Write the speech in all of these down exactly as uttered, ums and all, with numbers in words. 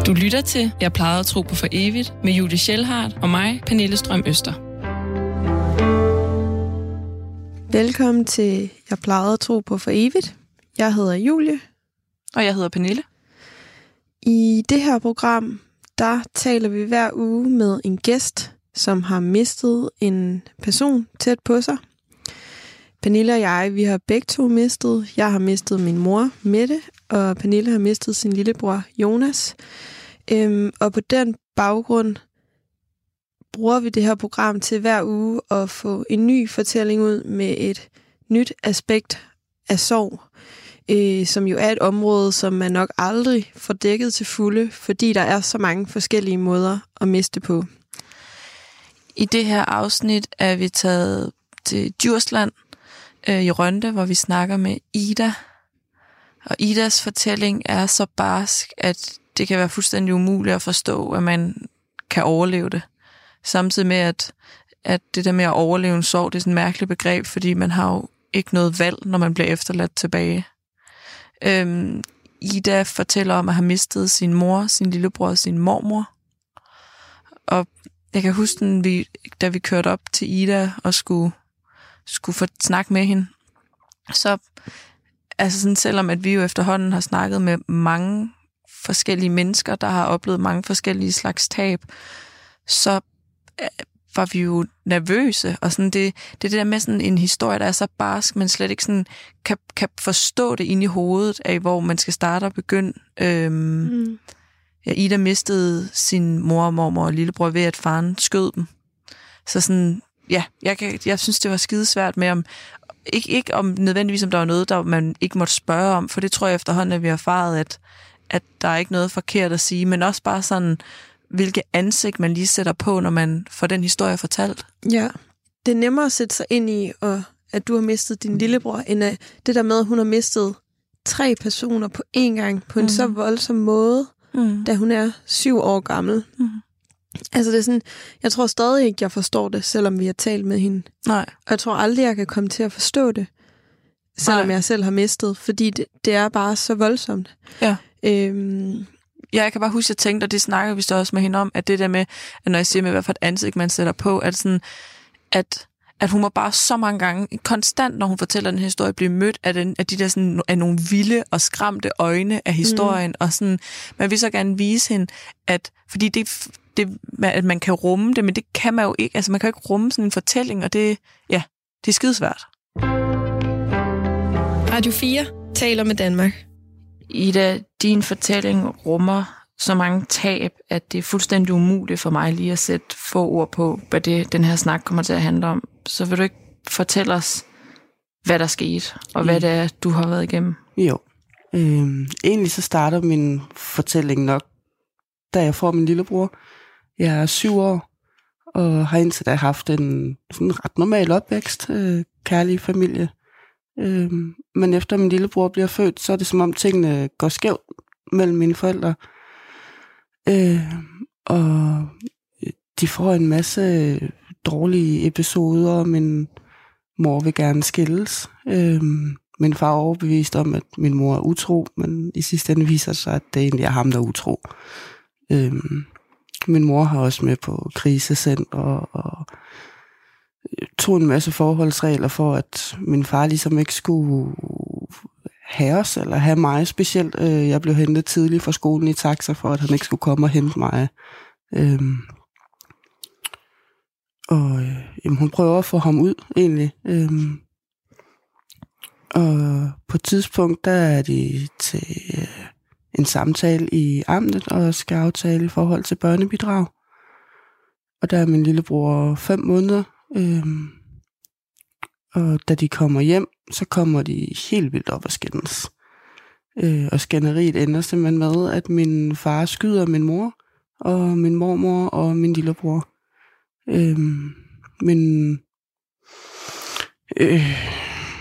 Du lytter til Jeg plejede at tro på for evigt med Julie Schellhardt og mig, Pernille Strøm Øster. Velkommen til Jeg plejede at tro på for evigt. Jeg hedder Julie. Og jeg hedder Pernille. I det her program, der taler vi hver uge med en gæst, som har mistet en person tæt på sig. Pernille og jeg, vi har begge to mistet. Jeg har mistet min mor, Mette, og Pernille har mistet sin lillebror, Jonas. Øhm, og på den baggrund bruger vi det her program til hver uge at få en ny fortælling ud med et nyt aspekt af sorg, øh, som jo er et område, som man nok aldrig får dækket til fulde, fordi der er så mange forskellige måder at miste på. I det her afsnit er vi taget til Djursland øh, i Rønde, hvor vi snakker med Ida. Og Idas fortælling er så barsk, at det kan være fuldstændig umuligt at forstå, at man kan overleve det. Samtidig med, at, at det der med at overleve en sorg, det er sådan et mærkeligt begreb, fordi man har jo ikke noget valg, når man bliver efterladt tilbage. Øhm, Ida fortæller om at have mistet sin mor, sin lillebror og sin mormor. Og jeg kan huske, den, vi, da vi kørte op til Ida og skulle, skulle få snakke med hende, så altså sådan, selvom at vi jo efterhånden har snakket med mange forskellige mennesker, der har oplevet mange forskellige slags tab, så var vi jo nervøse, og sådan det, det er det der med sådan en historie, der er så barsk, men slet ikke sådan kan, kan forstå det inde i hovedet af, hvor man skal starte og begynde. Øhm, mm. ja, Ida mistede sin mor, mormor og lillebror ved, at faren skød dem. Så sådan, ja, jeg, kan, jeg synes, det var skidesvært med, om ikke, ikke om nødvendigvis, om der var noget, der man ikke måtte spørge om, for det tror jeg efterhånden, at vi har erfaret, at, at der er ikke noget forkert at sige, men også bare sådan, hvilket ansigt man lige sætter på, når man får den historie fortalt. Ja, det er nemmere at sætte sig ind i, og at du har mistet din lillebror, end at det der med, at hun har mistet tre personer på én gang, på en mm. så voldsom måde, mm. da hun er syv år gammel. Mm. Altså det er sådan, jeg tror stadig ikke, jeg forstår det, selvom vi har talt med hende. Nej. Og jeg tror aldrig, jeg kan komme til at forstå det, selvom Nej. jeg selv har mistet, fordi det, det er bare så voldsomt. Ja. Øhm, Ja, jeg kan bare huske, at jeg tænkte, og det snakker vi så også med hende om, at det der med, at når jeg siger med, hvad for et ansigt man sætter på, at, sådan, at, at hun må bare så mange gange, konstant, når hun fortæller den historie, blive mødt af, den, af de der sådan, af nogle vilde og skræmte øjne af historien, mm. og sådan, man vil så gerne vise hende, at, fordi det, det, at man kan rumme det, men det kan man jo ikke, altså man kan jo ikke rumme sådan en fortælling, og det, ja, det er skidesvært. Radio fire taler med Danmark. Ida, din fortælling rummer så mange tab, at det er fuldstændig umuligt for mig lige at sætte få ord på, hvad det, den her snak kommer til at handle om. Så vil du ikke fortælle os, hvad der skete, og hvad det er, du har været igennem? Jo. Øhm, egentlig så starter min fortælling nok, da jeg får min lillebror. Jeg er syv år, og har indtil da haft en sådan ret normal opvækst, øh, kærlig familie. Øhm, men efter min lillebror bliver født, så er det som om tingene går skævt mellem mine forældre. Øh, og de får en masse dårlige episoder, min mor vil gerne skilles. Øh, min far er overbevist om, at min mor er utro, men i sidste ende viser sig, at det egentlig er ham, der er utro. Øh, min mor har også med på krisecenter og tog en masse forholdsregler for, at min far ligesom ikke skulle have os, eller have mig specielt. Jeg blev hentet tidligt fra skolen i taxa, for at han ikke skulle komme og hente mig. Øhm, og jamen, hun prøver at få ham ud, egentlig. Øhm, og på et tidspunkt, der er de til en samtale i amtet, og skal aftale i forhold til børnebidrag. Og der er min lillebror fem måneder, Øhm, og da de kommer hjem, så kommer de helt vildt op og skændes. Øh, og skænderiet ender simpelthen med, at min far skyder min mor, og min mormor og min lillebror. Øhm, min... Øh,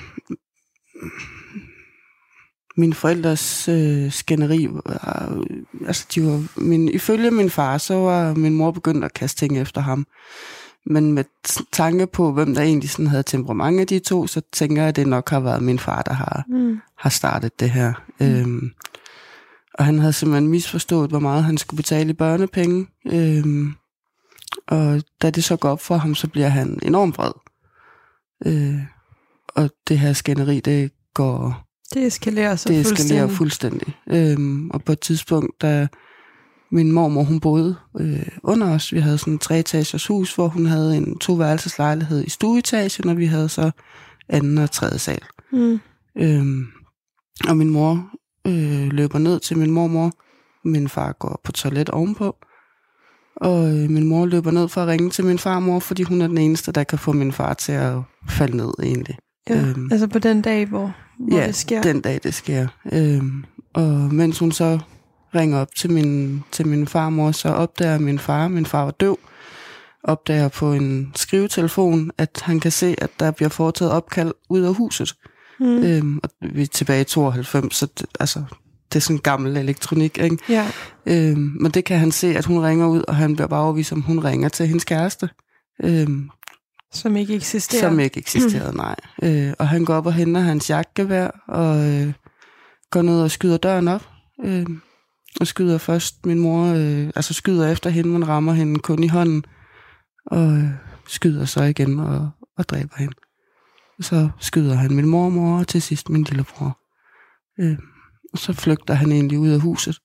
Mine forældres øh, skænderi, var, altså de var, min, ifølge min far, så var min mor begyndt at kaste ting efter ham. Men med tanke på, hvem der egentlig sådan havde temperament af de to, så tænker jeg, at det nok har været min far, der har, mm. har startet det her. Mm. Øhm, Og han havde simpelthen misforstået, hvor meget han skulle betale i børnepenge. Øhm, og da det så går op for ham, så bliver han enormt vred. Øh, og det her skænderi, det går... Det eskalerer så det eskalerer fuldstændig. fuldstændig. Øhm, og på et tidspunkt, da min mormor, hun boede øh, under os, vi havde sådan en treetagers hus, hvor hun havde en toværelseslejlighed i stueetagen, og vi havde så anden og tredje sal. Mm. Øhm, og min mor øh, løber ned til min mormor. Min far går på toilet ovenpå. Og øh, min mor løber ned for at ringe til min farmor, fordi hun er den eneste, der kan få min far til at falde ned egentlig. Ja, øhm, altså på den dag, hvor, hvor ja, det sker? den dag, det sker. Øhm, og mens hun så ringer op til min, til min farmor, så opdager min far, min far var døv, opdager på en skrivetelefon, at han kan se, at der bliver foretaget opkald ud af huset. Mm. Øhm, og vi er tilbage i tooghalvfems, så det, altså, det er sådan gammel elektronik, ikke? Ja. Øhm, men det kan han se, at hun ringer ud, og han bliver bare overvist, om hun ringer til hendes kæreste. Øhm, som ikke eksisterer. Som ikke eksisterede, nej. Øh, og han går op og henter hans jagtgevær, og øh, går ned og skyder døren op. Øh, og skyder først min mor, øh, altså skyder efter hende, men rammer hende kun i hånden. Og øh, skyder så igen og, og dræber hende. Så skyder han min mormor, og til sidst min lillebror. Øh, og så flygter han egentlig ud af huset.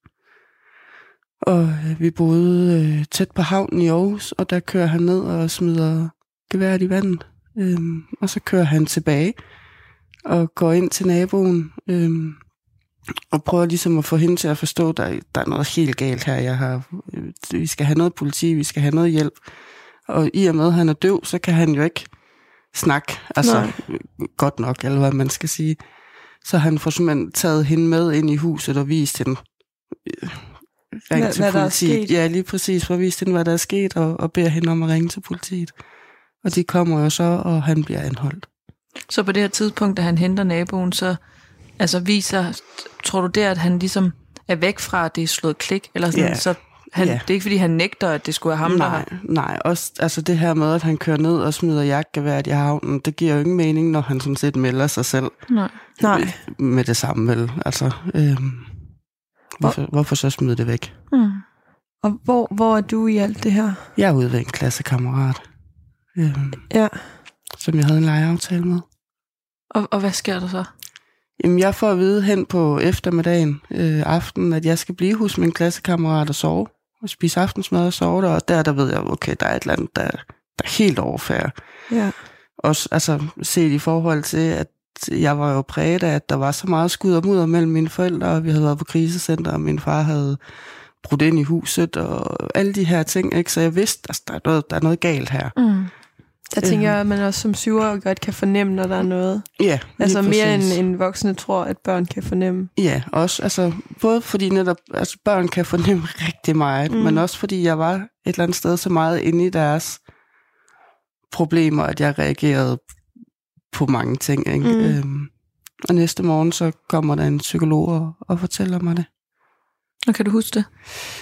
Og øh, vi boede øh, tæt på havnen i Aarhus, og der kører han ned og smider geværet i vandet. Øhm, og så kører han tilbage og går ind til naboen øhm, og prøver ligesom at få hende til at forstå, at der, der er noget helt galt her. Jeg har, øh, vi skal have noget politi, vi skal have noget hjælp. Og i og med, at han er døv, så kan han jo ikke snakke altså, Nej. godt nok, eller hvad man skal sige. Så han får simpelthen taget hende med ind i huset og vist hende øh, ringe hvad, til hvad politiet. Ja, lige præcis, for at vise hende, hvad der er sket, og, og beder hende om at ringe til politiet. Og de kommer jo så, og han bliver anholdt. Så på det her tidspunkt, da han henter naboen, så altså viser, tror du det, at han ligesom er væk fra, at det er slået klik? Eller sådan, ja. så han, ja. Det er ikke, fordi han nægter, at det skulle være ham, nej, der Nej, også altså det her med, at han kører ned og smider jagtgeværet i havnen, det giver jo ingen mening, når han sådan set melder sig selv. Nej. Nej. Med, med det samme, vel? Altså, øhm, hvorfor, hvorfor så smide det væk? Mm. Og hvor, hvor er du i alt det her? Jeg er ude ved en klassekammerat. Øhm, ja. Som jeg havde en legeaftale med. Og, og hvad sker der så? Jamen, jeg får at vide hen på eftermiddagen, øh, aften, at jeg skal blive hos min klassekammerat og sove. Og spise aftensmad og sove der. Og der, der ved jeg, okay, der er et eller andet, der, der er helt overfærd. Ja. Også altså, set i forhold til, at jeg var jo præget af, at der var så meget skud og mudder mellem mine forældre, og vi havde været på krisecenter, og min far havde brudt ind i huset, og alle de her ting, ikke? Så jeg vidste, at altså, der, er noget, der er noget galt her. Mm. Jeg tænker, at man også som syvårig godt kan fornemme, når der er noget. Ja, altså mere end, end voksne tror, at børn kan fornemme. Ja, også, altså, både fordi netop, altså, børn kan fornemme rigtig meget, mm. men også fordi jeg var et eller andet sted så meget inde i deres problemer, at jeg reagerede på mange ting. Ikke? Mm. Øhm, og næste morgen, så kommer der en psykolog og, og fortæller mig det. Og kan du huske det?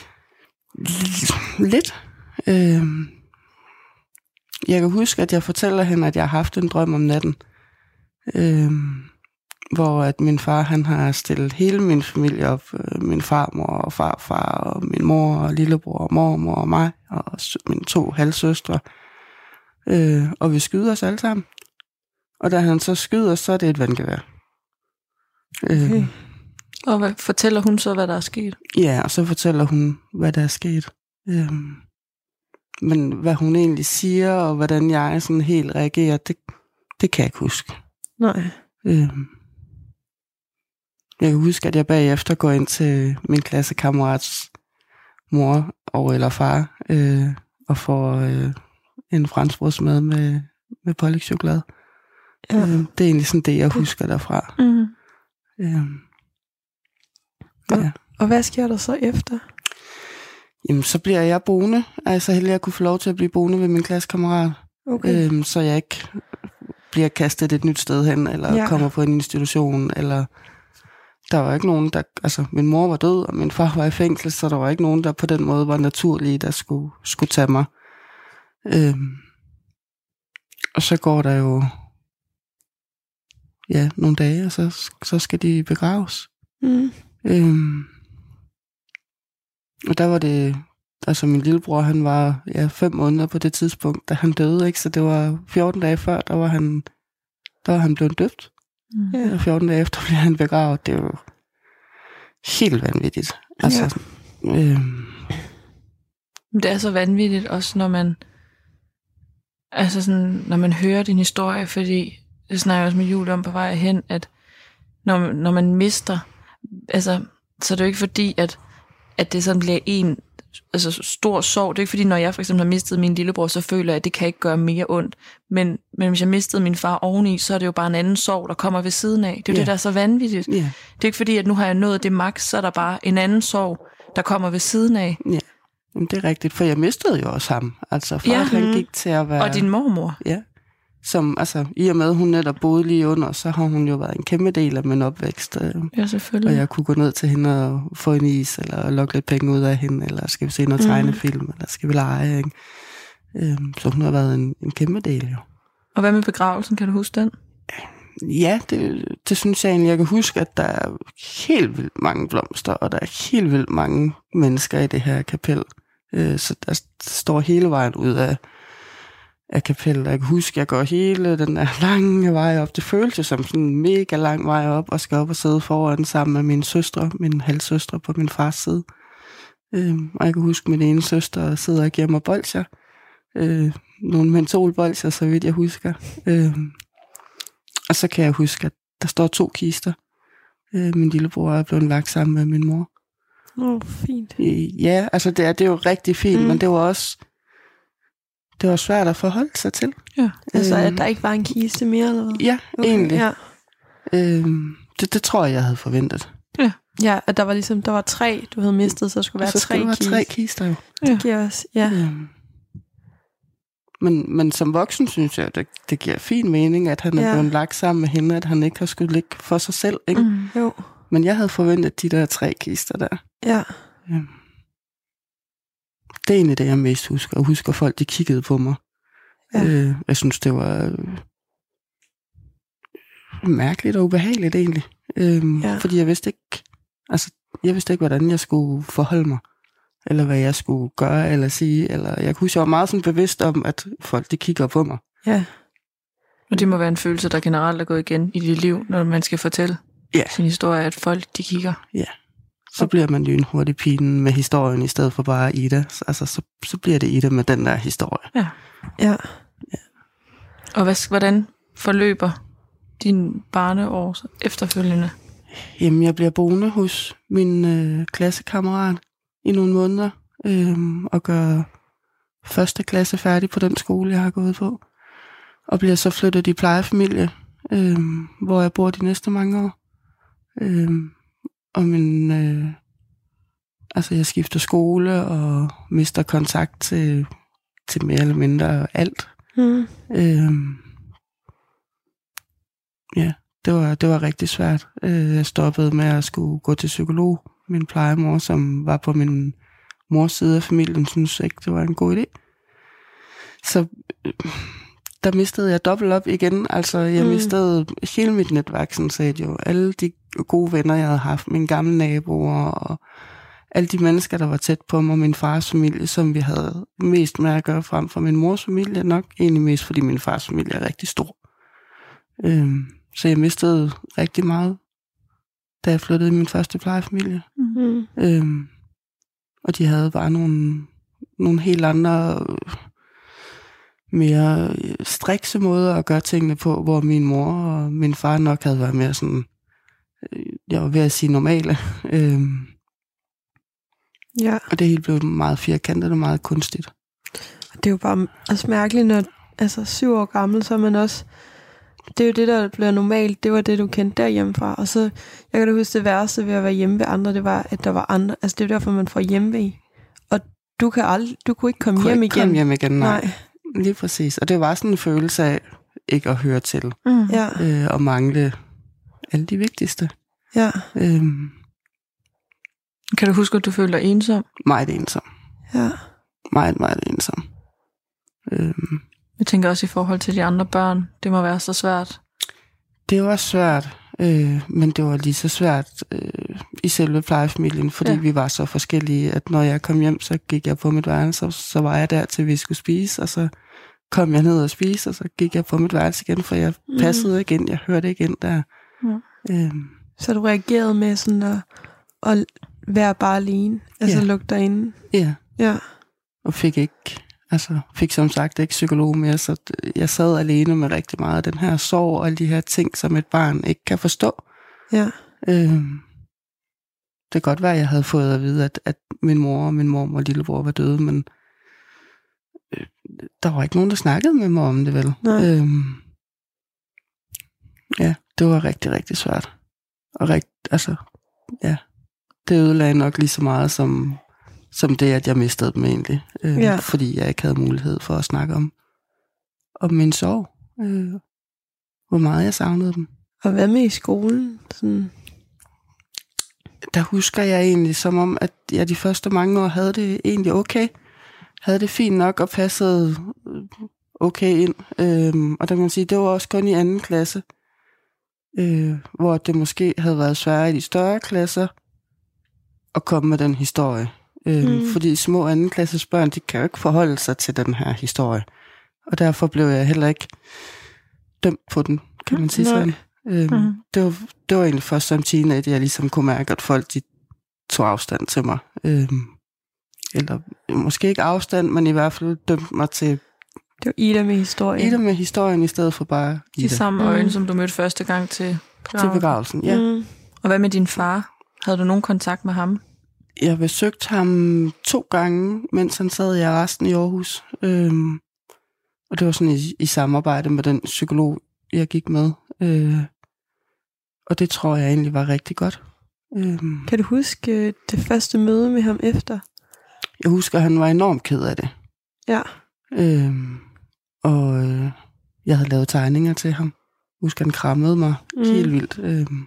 Lidt. Øhm, jeg kan huske, at jeg fortæller hende, at jeg har haft en drøm om natten, øhm, hvor at min far, han har stillet hele min familie op, øh, min farmor og farfar og min mor og lillebror og mormor og mig og mine to halvsøstre, øh, og vi skyder os alle sammen. Og da han så skyder, så er det et vandgevær. Okay. Øh, og hvad, fortæller hun så, hvad der er sket? Ja, og så fortæller hun, hvad der er sket. Øh, men hvad hun egentlig siger, og hvordan jeg sådan helt reagerer, det, det kan jeg ikke huske. Nej. Øh, jeg kan huske, at jeg bagefter går ind til min klassekammerats mor og eller far, øh, og får øh, en franskbrødsmad med, med pålægschokolade. Ja. Øh, det er egentlig sådan det, jeg husker derfra. Mm. Øh, ja. Og, og hvad sker der så efter? Jamen, så bliver jeg boende. Altså heldig, at jeg kunne få lov til at blive boende ved min klassekammerat. Okay. Øh, så jeg ikke bliver kastet et nyt sted hen, eller ja. kommer på en institution, eller... Der var ikke nogen, der... Altså, min mor var død, og min far var i fængsel, så der var ikke nogen, der på den måde var naturlige, der skulle, skulle tage mig. Øhm, og så går der jo... Ja, nogle dage, og så, så skal de begraves. Mm. Øhm, der var det... Altså min lillebror, han var ja, fem måneder på det tidspunkt, da han døde, ikke? Så det var fjorten dage før, der var han, der var han blevet døbt. Mm. Ja. Og fjorten dage efter blev han begravet. Det er jo helt vanvittigt. Altså, ja. øhm. Det er så vanvittigt også, når man altså sådan, når man hører din historie, fordi det snakker jeg også med Julie om på vej hen, at når, når man mister, altså, så er det jo ikke fordi, at, at det sådan bliver en altså stor sorg. Det er ikke fordi, når jeg for eksempel har mistet min lillebror, så føler jeg, at det kan ikke gøre mere ondt. Men, men hvis jeg mistede min far oveni, så er det jo bare en anden sorg, der kommer ved siden af. Det er jo yeah. det, der er så vanvittigt. Yeah. Det er ikke fordi, at nu har jeg nået det max, så er der bare en anden sorg, der kommer ved siden af. Ja, yeah. Det er rigtigt, for jeg mistede jo også ham. Altså far, ja. Han gik til at være... Og din mormor. Ja, som, altså i og med, hun netop boede lige under, så har hun jo været en kæmpe del af min opvækst. Ja, selvfølgelig. Og jeg kunne gå ned til hende og få en is, eller lokke lidt penge ud af hende, eller skal vi se noget tegnefilm, mm. eller skal vi lege, ikke? Øhm, så hun har været en, en kæmpe del, jo. Og hvad med begravelsen? Kan du huske den? Ja, det, det synes jeg egentlig, jeg kan huske, at der er helt vildt mange blomster, og der er helt vildt mange mennesker i det her kapel. Øh, så der står hele vejen ud af af kapellet. Jeg kan huske, at jeg går hele den der lange vej op. Det føltes som sådan en mega lang vej op, og skal op og sidde foran sammen med mine søstre, min halvsøstre på min fars side. Øhm, og jeg kan huske, at min ene søster sidder og gemmer bolsjer. Øh, nogle mentolbolsjer, så vidt jeg husker. Øhm, og så kan jeg huske, at der står to kister. Øh, min lillebror er blevet lagt sammen med min mor. Åh, oh, fint. Ja, altså det er, det er jo rigtig fint, mm. men det var også det var svært at forholde sig til. Ja. Altså, øhm, at der ikke var en kiste mere, eller hvad? Ja, okay, egentlig. Ja. Øhm, det, det tror jeg, jeg havde forventet. Ja, ja, at der var ligesom, der var tre, du havde mistet, så der skulle være så tre kister. Så skulle kister. der være tre kister, jo. Ja. Det giver også, ja. Øhm, men, men som voksen, synes jeg, det, det giver fin mening, at han ja. er blevet lagt sammen med hende, at han ikke har skulle ligge for sig selv, ikke? Mm, jo. Men jeg havde forventet de der tre kister der. Ja. Øhm. Det er egentlig det, jeg mest husker. Og husker folk, de kiggede på mig. Ja. Øh, jeg synes, det var øh, mærkeligt og ubehageligt egentlig. Øh, ja. Fordi jeg vidste ikke, altså, jeg vidste ikke, hvordan jeg skulle forholde mig. Eller hvad jeg skulle gøre eller sige. Eller, jeg kunne huske, jeg var meget sådan bevidst om, at folk, de kigger på mig. Ja. Og det må være en følelse, der generelt er gået igen i dit liv, når man skal fortælle ja. sin historie, at folk, de kigger. Ja. Så bliver man jo en hurtig pine med historien, i stedet for bare Ida. Altså, så, så bliver det Ida med den der historie. Ja. Ja. ja. Og hvad, hvordan forløber din barneår efterfølgende? Jamen, jeg bliver boende hos min øh, klassekammerat i nogle måneder, øh, og gør første klasse færdig på den skole, jeg har gået på. Og bliver så flyttet i plejefamilie, øh, hvor jeg bor de næste mange år. Øh, Og min, øh, altså jeg skifter skole og mister kontakt til, til mere eller mindre alt. Mm. Øhm, ja, det var, det var rigtig svært. Øh, jeg stoppede med at skulle gå til psykolog. Min plejemor, som var på min mors side af familien, synes ikke, det var en god idé. Så øh, der mistede jeg dobbelt op igen. Altså, jeg mm. mistede hele mit netværk, sådan set jo. Alle de gode venner, jeg havde haft, mine gamle naboer, og alle de mennesker, der var tæt på mig, min fars familie, som vi havde mest med at gøre frem for min mors familie, nok egentlig mest, fordi min fars familie er rigtig stor. Øhm, så jeg mistede rigtig meget, da jeg flyttede i min første plejefamilie. Mm-hmm. Øhm, og de havde bare nogle, nogle helt andre... mere strikse måder at gøre tingene på, hvor min mor og min far nok havde været mere sådan, jeg var ved at sige normale. Øhm, ja. Og det hele blev meget firkantet og meget kunstigt. Det er jo bare også mærkeligt, når altså syv år gammel, så er man også, det er jo det, der bliver normalt, det var det, du kendte derhjemmefra. Og så, jeg kan da huske det værste ved at være hjemme ved andre, det var, at der var andre, altså det er jo derfor, man får hjemme. Og du kan aldrig, du kunne ikke komme kunne hjem ikke igen. Komme hjem igen, nej. nej. Lige præcis. Og det var sådan en følelse af ikke at høre til. Mm. Ja. Øh, og mangle alle de vigtigste. Ja. Øhm, kan du huske, at du følte dig ensom? Meget ensom. Ja. Meget, meget ensom. Øhm, Jeg tænker også i forhold til de andre børn. Det må være så svært. Det var svært. Øh, men det var lige så svært øh, i selve plejefamilien, fordi ja. vi var så forskellige, at når jeg kom hjem, så gik jeg på mit værelse, og så var jeg der til vi skulle spise, og så kom jeg ned og spise, og så gik jeg på mit værelse igen, for jeg passede mm. ikke ind, jeg hørte ikke ind der. Mm. Øhm. Så du reagerede med sådan at, at være bare alene, altså ja. lukke dig inde? Ja. ja. Og fik ikke, altså fik som sagt ikke psykolog mere, så jeg sad alene med rigtig meget af den her sorg og alle de her ting, som et barn ikke kan forstå. Ja. Øhm. Det kan godt være, at jeg havde fået at vide, at, at min mor og min mor og lillebror var døde, men øh, der var ikke nogen, der snakkede med mig om det, vel? Øhm, ja, det var rigtig, rigtig svært. Og rigt, altså, ja, det ødelagde nok lige så meget som, som det, at jeg mistede dem egentlig. Øh, ja. Fordi jeg ikke havde mulighed for at snakke om, om min sorg. Øh, hvor meget jeg savnede dem. Og hvad med i skolen? Sådan... Der husker jeg egentlig som om, at jeg de første mange år havde det egentlig okay. Havde det fint nok og passede okay ind. Øhm, og der kan man sige, det var også kun i anden klasse, øh, hvor det måske havde været sværere i de større klasser at komme med den historie. Øhm, mm. Fordi små anden klasses børn, de kan jo ikke forholde sig til den her historie. Og derfor blev jeg heller ikke dømt på den, kan man sige mm. sådan. Øhm, mm. det, var, det var egentlig først som teenager, jeg ligesom kunne mærke, at folk de tog afstand til mig. Øhm, eller måske ikke afstand, men i hvert fald dømte mig til... Det var Ida med historien. Ida med historien, i stedet for bare Ida. De samme øjne, mm. som du mødte første gang til begravelsen. Til begravelsen, ja. Mm. Og hvad med din far? Havde du nogen kontakt med ham? Jeg besøgte ham to gange, mens han sad i arresten i Aarhus. Øhm, og det var sådan i, i samarbejde med den psykolog, jeg gik med. Øh, og det tror jeg egentlig var rigtig godt. Øhm, kan du huske det første møde med ham efter? Jeg husker, at han var enormt ked af det. Ja. Øhm, og øh, jeg havde lavet tegninger til ham. Jeg husker, han krammede mig mm. helt vildt. Øhm,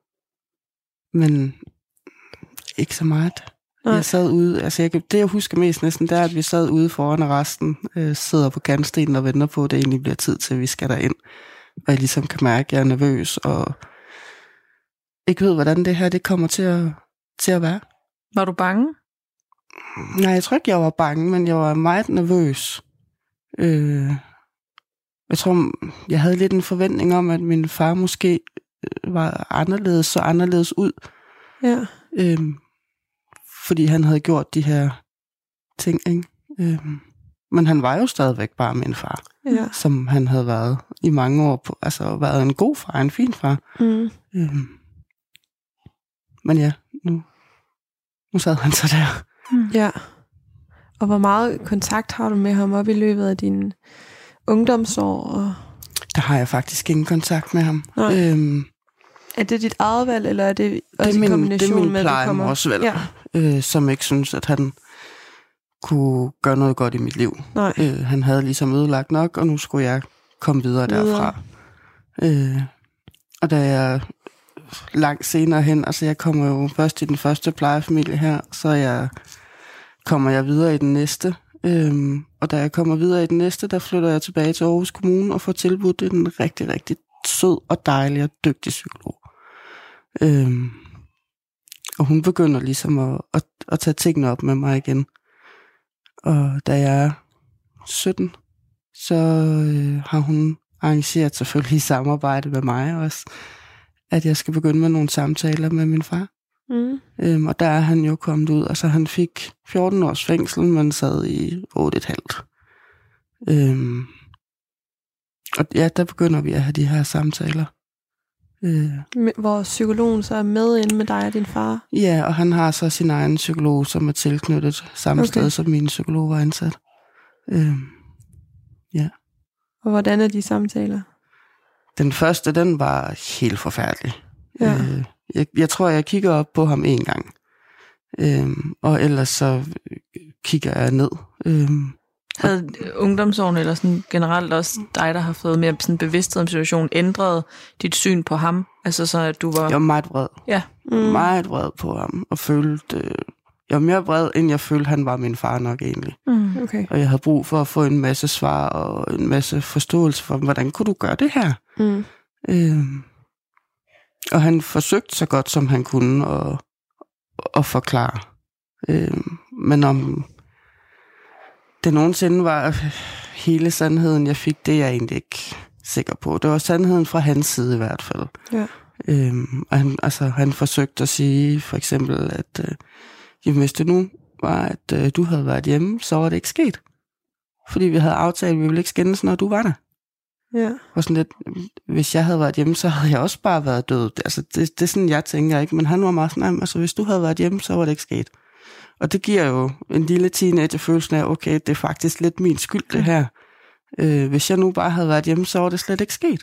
men ikke så meget. Nej. Jeg sad ude, altså jeg, det jeg husker mest næsten, det er, at vi sad ude foran arresten, øh, sidder på kantstenen og venter på, at det egentlig bliver tid til, at vi skal derind. Og jeg ligesom kan mærke, at jeg er nervøs, og ikke ved, hvordan det her det kommer til at, til at være. Var du bange? Nej, jeg tror ikke, jeg var bange, men jeg var meget nervøs. Øh, jeg tror, jeg havde lidt en forventning om, at min far måske var anderledes, så anderledes ud. Ja. Øh, fordi han havde gjort de her ting, ikke? Øh, men han var jo stadigvæk bare min far, ja. Som han havde været i mange år på. Altså været en god far, en fin far. Mm. Øh, men ja, nu, nu sad han så der. Mm. Ja. Og hvor meget kontakt har du med ham op i løbet af dine ungdomsår? Og... Der har jeg faktisk ingen kontakt med ham. Øhm, er det dit eget valg, eller er det også det er min, i kombination det er min med, at du kommer... også valg, ja. øh, som ikke synes, at han kunne gøre noget godt i mit liv. Øh, han havde ligesom ødelagt nok, og nu skulle jeg komme videre, videre. derfra. Øh, og da jeg langt senere hen, altså jeg kommer jo først i den første plejefamilie her, så jeg kommer jeg videre i den næste. Øhm, og da jeg kommer videre i den næste, der flytter jeg tilbage til Aarhus Kommune og får tilbudt en rigtig, rigtig sød og dejlig og dygtig psykolog. Øhm, og hun begynder ligesom at, at, at tage tingene op med mig igen. Og da jeg er sytten, så øh, har hun arrangeret selvfølgelig i samarbejde med mig også, at jeg skal begynde med nogle samtaler med min far. Mm. Øhm, og der er han jo kommet ud, altså han fik fjorten års fængsel, men sad i otte komma fem. Øhm, og ja, der begynder vi at have de her samtaler. Øh. Hvor psykologen så er med inde med dig og din far? Ja, og han har så sin egen psykolog, som er tilknyttet samme okay. sted, som min psykolog var ansat. Øhm, ja. Og hvordan er de samtaler? Den første, den var helt forfærdelig. Ja. Øh, jeg, jeg tror, jeg kigger op på ham en gang. Øhm, og ellers så kigger jeg ned. Øhm, Havde ungdomsårene, eller sådan generelt også dig, der har fået mere sådan bevidsthed om situationen, ændret dit syn på ham? Altså så, at du var... Jeg var meget vred. Ja. Mm. Meget vred på ham, og følte... Øh, jeg var mere vred, end jeg følte, han var min far nok egentlig. Mm. Okay. Og jeg havde brug for at få en masse svar, og en masse forståelse for, hvordan kunne du gøre det her? Mm. Øhm, og han forsøgte så godt, som han kunne at, at forklare. Øh, men om det nogensinde var hele sandheden, jeg fik, det er jeg egentlig ikke sikker på. Det var sandheden fra hans side i hvert fald. Ja. Øhm, og han, altså, han forsøgte at sige for eksempel, at øh, jamen, hvis det nu var, at øh, du havde været hjemme, så var det ikke sket. Fordi vi havde aftalt, at vi ville ikke skændes, når du var der. Ja. Og sådan lidt, hvis jeg havde været hjemme, så havde jeg også bare været død. Altså, det, det er sådan, jeg tænker ikke. Men han var meget sådan, altså, hvis du havde været hjemme, så var det ikke sket. Og det giver jo en lille teenager følelsen af, okay, det er faktisk lidt min skyld, det her. Øh, hvis jeg nu bare havde været hjemme, så var det slet ikke sket.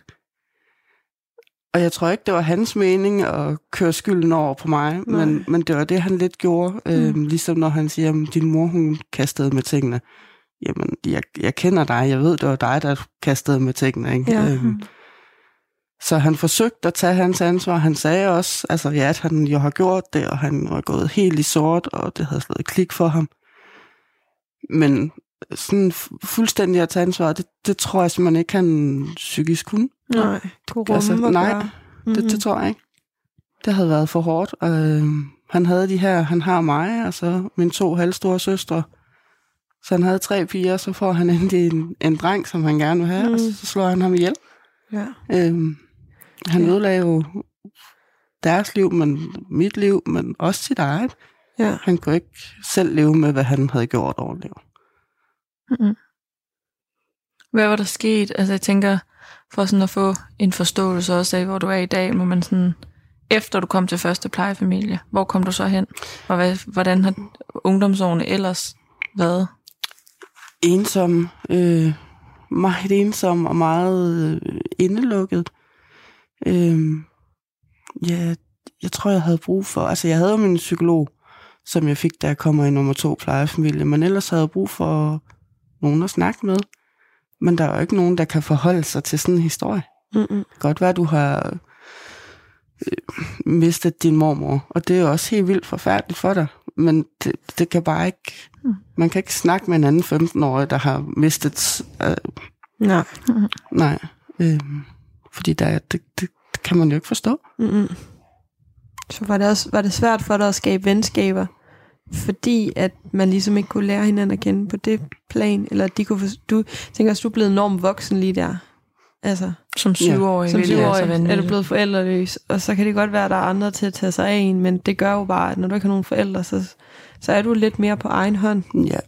Og jeg tror ikke, det var hans mening at køre skylden over på mig, men, men det var det, han lidt gjorde. Øh, mm. Ligesom når han siger, at din mor, hun kastede med tingene. Jamen, jeg, jeg kender dig, jeg ved, det var dig, der kastede med tingene. Ikke? Ja. Øh, så han forsøgte at tage hans ansvar. Han sagde også, altså, ja, at han jo har gjort det, og han var gået helt i sort, og det havde slået klik for ham. Men sådan fuldstændig at tage ansvar, det, det tror jeg simpelthen ikke, han psykisk kunne. Nej, kunne altså, nej, mm-hmm. det, det tror jeg ikke. Det havde været for hårdt. Og, øh, han havde de her, han har mig, og så mine to halvstore søstre. Så han havde tre piger, så får han endelig en, en dreng, som han gerne vil have, mm. og så, så slår han ham ihjel. Ja. Øhm, han ja. ødelagde jo deres liv, men mit liv, men også sit eget. Ja. Han kunne ikke selv leve med, hvad han havde gjort over livet. Mm-hmm. Hvad var der sket? Altså jeg tænker, for sådan at få en forståelse også af, hvor du er i dag, må man sådan, efter du kom til første plejefamilie, hvor kom du så hen? Og hvad, hvordan har ungdomsårene ellers været? Ensom, øh, meget ensom og meget øh, indelukket. Øh, ja, jeg tror, jeg havde brug for, altså jeg havde min psykolog, som jeg fik, da jeg kommer i nummer to plejefamilie, men ellers havde jeg brug for nogen at snakke med. Men der er jo ikke nogen, der kan forholde sig til sådan en historie. Mm-mm. Godt være, at du har øh, mistet din mormor, og det er jo også helt vildt forfærdeligt for dig, men det, det kan bare ikke, mm. man kan ikke snakke med en anden femten-årig, der har mistet, øh, nej, mm-hmm. nej, øh, fordi der, det, det, det kan man jo ikke forstå. Mm-mm. Så var det også var det svært for dig at skabe venskaber, fordi at man ligesom ikke kunne lære hinanden at kende på det plan, eller de kunne, du tænker, at du er blevet enormt voksen lige der. Altså, som syvårig, ja. Som syvårig er du blevet forældreløs, og så kan det godt være, at der er andre til at tage sig af en, men det gør jo bare, at når du ikke har nogen forældre, så, så er du lidt mere på egen hånd. Ja.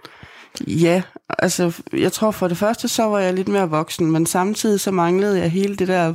Ja, altså, jeg tror for det første, så var jeg lidt mere voksen, men samtidig så manglede jeg hele det der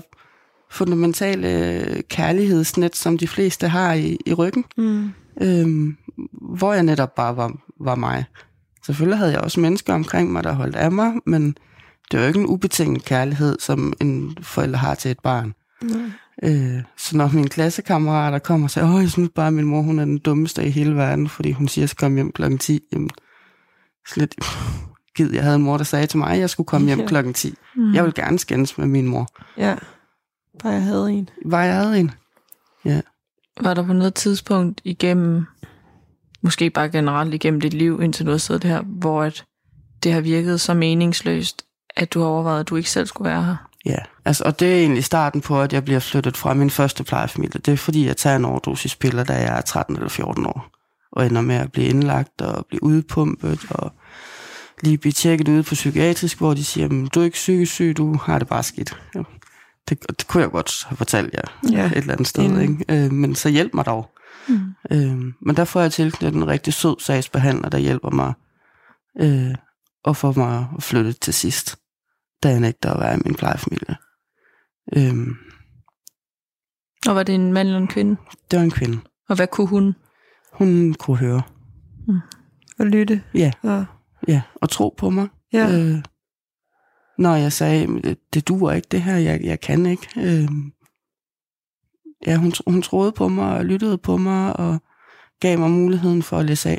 fundamentale kærlighedsnet, som de fleste har i, i ryggen. Mm. Øhm, hvor jeg netop bare var, var mig. Selvfølgelig havde jeg også mennesker omkring mig, der holdt af mig, men det var jo ikke en ubetinget kærlighed, som en forælder har til et barn. Mm. Øh, så når mine klassekammerater kommer og siger, åh, jeg synes bare, at min mor hun er den dummeste i hele verden, fordi hun siger, at jeg skal komme hjem klokken ti. Jamen, slet gid, jeg havde en mor, der sagde til mig, at jeg skulle komme hjem klokken ti. Mm. Jeg vil gerne skændes med min mor. Ja, bare jeg havde en. Bare jeg havde en, ja. Var der på noget tidspunkt igennem, måske bare generelt igennem dit liv, indtil du har siddet her, hvor at det har virket så meningsløst, at du har overvejet, at du ikke selv skulle være her? Ja, altså, og det er egentlig starten på, at jeg bliver flyttet fra min første plejefamilie. Det er fordi, jeg tager en overdosis piller, da jeg er tretten eller fjorten år, og ender med at blive indlagt og blive udpumpet, og lige blive tjekket ude på psykiatrisk, hvor de siger, du er ikke psykisk syg, du har det bare skidt. Ja. Det, det kunne jeg godt have fortalt jer ja, et eller andet sted, mm. ikke? Øh, men så hjælp mig dog. Mm. Øh, men der får jeg tilknyttet en rigtig sød sagsbehandler, der hjælper mig øh, og får mig flyttet til sidst, da jeg nægter at være i min plejefamilie. Øh, og var det en mand eller en kvinde? Det var en kvinde. Og hvad kunne hun? Hun kunne høre. Mm. Og lytte? Ja. ja, ja, og tro på mig. Ja. Øh, når jeg sagde, det duer ikke det her, jeg, jeg kan ikke. Øh, ja, hun, hun troede på mig og lyttede på mig og gav mig muligheden for at læse af.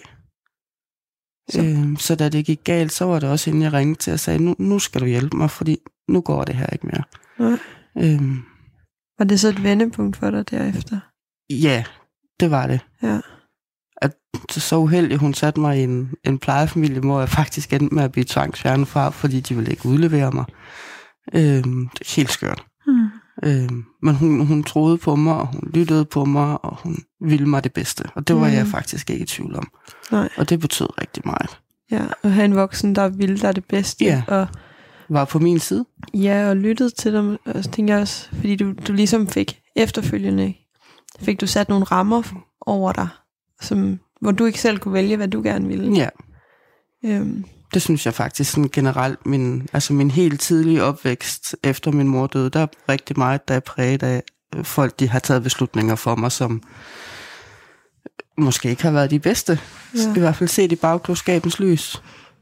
Så, øh, så da det gik galt, så var det også inden jeg ringede til og sagde, nu, nu skal du hjælpe mig, fordi nu går det her ikke mere. Ja. Øh, var det så et vendepunkt for dig derefter? Ja, det var det. Ja. At så uheldig, hun satte mig i en, en plejefamilie, hvor jeg faktisk endte med at blive tvangsfjernet fra, fordi de ville ikke udlevere mig. Øhm, det er helt skørt. Mm. Øh, men hun, hun troede på mig, og hun lyttede på mig, og hun ville mig det bedste. Og det var mm. jeg faktisk ikke i tvivl om. Nej. Og det betød rigtig meget. Ja, og have en voksen, der ville dig det bedste. Ja, og var på min side. Ja, og lyttede til dem, og så tænker jeg også, fordi du, du ligesom fik efterfølgende, fik du sat nogle rammer over dig, som, hvor du ikke selv kunne vælge, hvad du gerne ville. Ja. Øhm. Det synes jeg faktisk sådan generelt, min, altså min helt tidlige opvækst efter min mor døde, der er rigtig meget, der er præget af folk, de har taget beslutninger for mig, som måske ikke har været de bedste. Ja. I hvert fald set i bagklogskabens lys.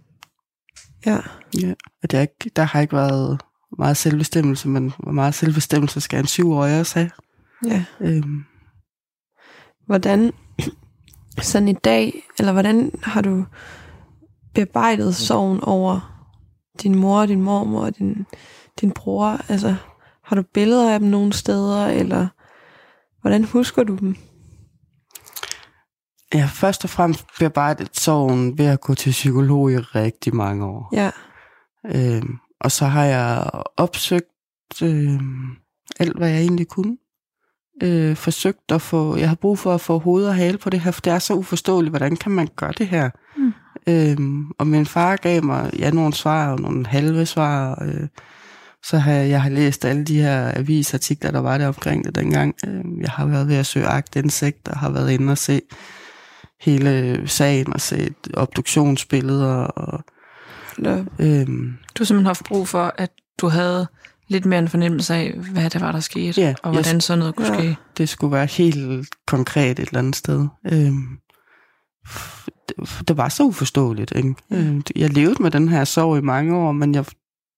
Ja. Ja. Og det er ikke, der har ikke været meget selvbestemmelse, men hvor meget selvbestemmelse skal en syvårig også have. Ja. Øhm. Hvordan, sådan i dag, eller hvordan har du bearbejdet sorgen over din mor, din mormor og din, din bror? Altså, har du billeder af dem nogle steder, eller hvordan husker du dem? Jeg har først og fremmest bearbejdet sorgen ved at gå til psykolog i rigtig mange år. Ja. Øhm, og så har jeg opsøgt øh, alt, hvad jeg egentlig kunne. Øh, forsøgt at få, jeg har brug for at få hoved og hale på det her, for det er så uforståeligt, hvordan kan man gøre det her? Mm. Øhm, og min far gav mig ja, nogle svar og nogle halve svar. Øh, så har jeg, jeg har læst alle de her avisartikler, der var der omkring det dengang. Øh, jeg har været ved at søge aktindsigt og har været inde og se hele sagen og set obduktionsbilleder. Og, øhm, du har simpelthen haft brug for, at du havde lidt mere en fornemmelse af, hvad det var, der skete, ja, og hvordan sådan noget kunne ja. ske. Det skulle være helt konkret et eller andet sted. Øhm, det, det var så uforståeligt, ikke? Mm. Jeg levede med den her sorg i mange år, men jeg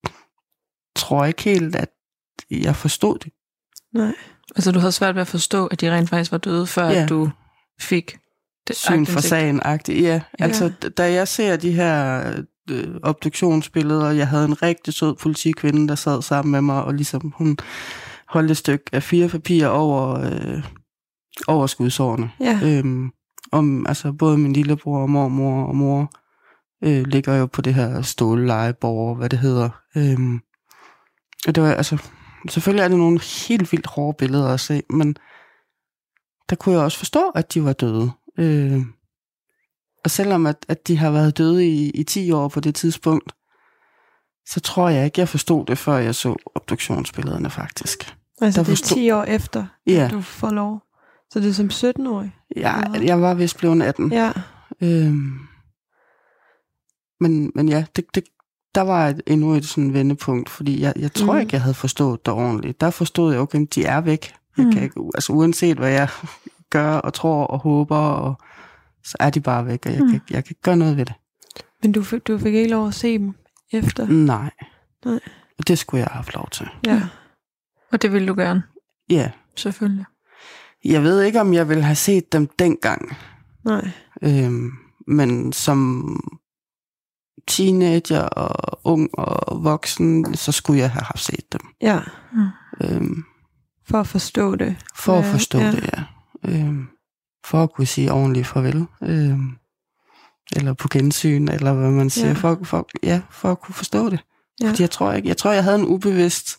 tror ikke helt, at jeg forstod det. Nej. Altså, du havde svært ved at forstå, at de rent faktisk var døde, før ja. at du fik det syn for sagen-agtigt. Ja, ja, altså, da jeg ser de her øh, obduktionsbilleder, jeg havde en rigtig sød politikvinde, der sad sammen med mig, og ligesom hun holdt et stykke af fire papir over, øh, over skudsårene. Ja. Øhm, om, altså, både min lillebror og mormor og mor øh, ligger jo på det her stållejeborg, hvad det hedder. Øhm, og det var, altså, selvfølgelig er det nogle helt vildt hårde billeder at se, men der kunne jeg også forstå, at de var døde. Øh, og selvom at, at de har været døde i, i ti år på det tidspunkt, så tror jeg ikke, jeg forstod det, før jeg så obduktionsbillederne faktisk. Altså der det er forstod... ti år efter, ja. at du får lov? Så det er som sytten-årig? Ja, jeg var vist blevet atten. Ja. Øhm, men, men ja, det, det, der var et, endnu et sådan vendepunkt, fordi jeg, jeg tror mm. ikke, jeg havde forstået det ordentligt. Der forstod jeg, okay, de er væk. Jeg mm. kan ikke, altså uanset hvad jeg gør og tror og håber, og, så er de bare væk, og jeg, mm. kan, jeg kan ikke gøre noget ved det. Men du, du fik ikke lov at se dem efter? Nej. Nej. Og det skulle jeg have haft lov til. Ja. Og det ville du gerne? Ja. Selvfølgelig. Jeg ved ikke, om jeg ville have set dem dengang. Nej. Øhm, men som teenager og ung og voksen, så skulle jeg have haft set dem. Ja. Mm. Øhm, for at forstå det. For at forstå ja. det, ja. Øhm, for at kunne sige ordentligt farvel. Øhm, eller på gensyn, eller hvad man siger. Ja. For, for, ja, for at kunne forstå det. Ja. Fordi jeg tror ikke, jeg tror, jeg havde en ubevidst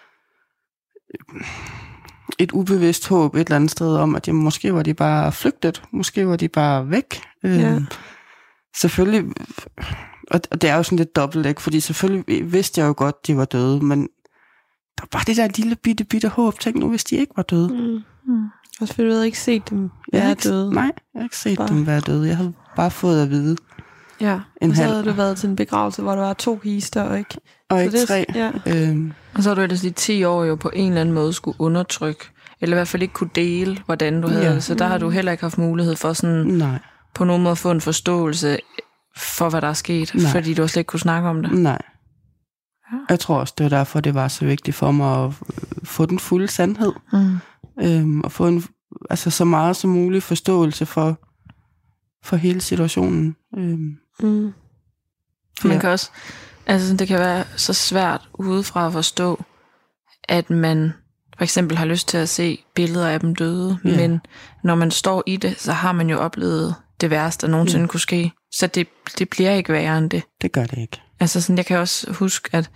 et ubevidst håb et eller andet sted om, at jamen, måske var de bare flygtet, måske var de bare væk. Ja. Øhm, selvfølgelig, og det er jo sådan lidt dobbelt, ikke? Fordi selvfølgelig vidste jeg jo godt, de var døde, men der var bare det der lille bitte, bitte håb. Tænk nu, hvis de ikke var døde. Mm. Mm. Også fordi du havde ikke set dem være ikke, døde. Nej, jeg har ikke set bare. dem være døde. Jeg havde bare fået at vide. Ja, en og så halv. Havde du været til en begravelse, hvor der var to kister, og ikke, og ikke det, tre. Ja. Øhm. Og så har du ellers de ti år jo på en eller anden måde skulle undertrykke, eller i hvert fald ikke kunne dele, hvordan du havde ja. det. Så der har du heller ikke haft mulighed for sådan Nej. på nogen måde at få en forståelse for, hvad der er sket, Nej. fordi du slet ikke kunne snakke om det. Nej. Ja. Jeg tror også, det var derfor, det var så vigtigt for mig at få den fulde sandhed. Mm. Øhm, og få en, altså så meget som muligt forståelse for, for hele situationen. Øhm. Mm. Man ja. kan også, altså det kan være så svært udefra at forstå, at man for eksempel har lyst til at se billeder af dem døde, ja. men når man står i det, så har man jo oplevet det værste, der nogensinde ja. kunne ske. Så det, det bliver ikke værre end det. Det gør det ikke. Altså sådan, jeg kan også huske, at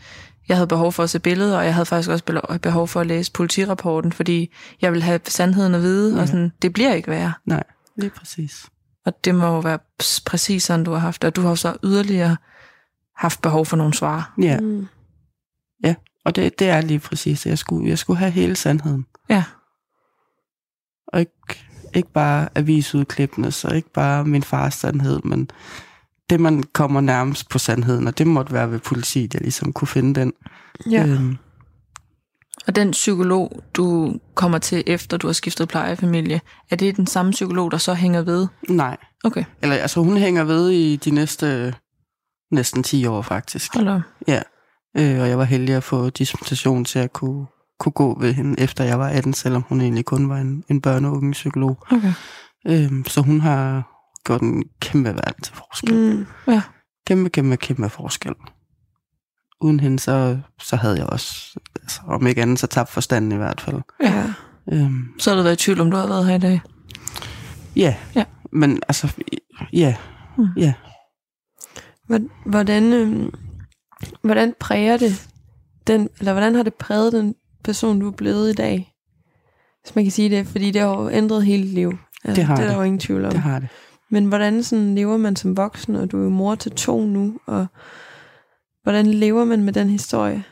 jeg havde behov for at se billeder, og jeg havde faktisk også behov for at læse politirapporten, fordi jeg ville have sandheden at vide, ja. Og sådan, det bliver ikke værre. Nej, lige præcis. Og det må jo være præcis sådan, du har haft, og du har så yderligere haft behov for nogle svar. Ja, mm. ja. Og det, det er lige præcis, jeg skulle, jeg skulle have hele sandheden. Ja. Og ikke, ikke bare avisudklippene, så ikke bare min fars sandhed, men det, man kommer nærmest på sandheden, og det måtte være ved politiet, jeg ligesom kunne finde den. Ja. Øhm. Og den psykolog, du kommer til efter, du har skiftet plejefamilie, er det den samme psykolog, der så hænger ved? Nej. Okay. Eller altså, hun hænger ved i de næste næsten ti år, faktisk. Hold da. Ja. Øh, og jeg var heldig at få dispensation til at kunne, kunne gå ved hende, efter jeg var atten, selvom hun egentlig kun var en, en børne- og unge psykolog. Okay. Øhm, så hun har gjort en kæmpe verden til forskel. Mm, ja. Kæmpe, kæmpe, kæmpe forskel. Uden hende, så, så havde jeg også, altså, om ikke andet, så tabt forstanden i hvert fald. Ja. Øhm. Så har du været i tvivl, om du har været her i dag? Ja, ja. Men altså, ja, mm. ja. Hvordan, øh, hvordan præger det den, eller hvordan har det præget den person, du er blevet i dag? Hvis man kan sige det, fordi det har jo ændret hele dit liv. Altså, det har det. Det er det. der jo ingen tvivl om. Det har det. Men hvordan sådan lever man som voksen, og du er mor til to nu, og hvordan lever man med den historie?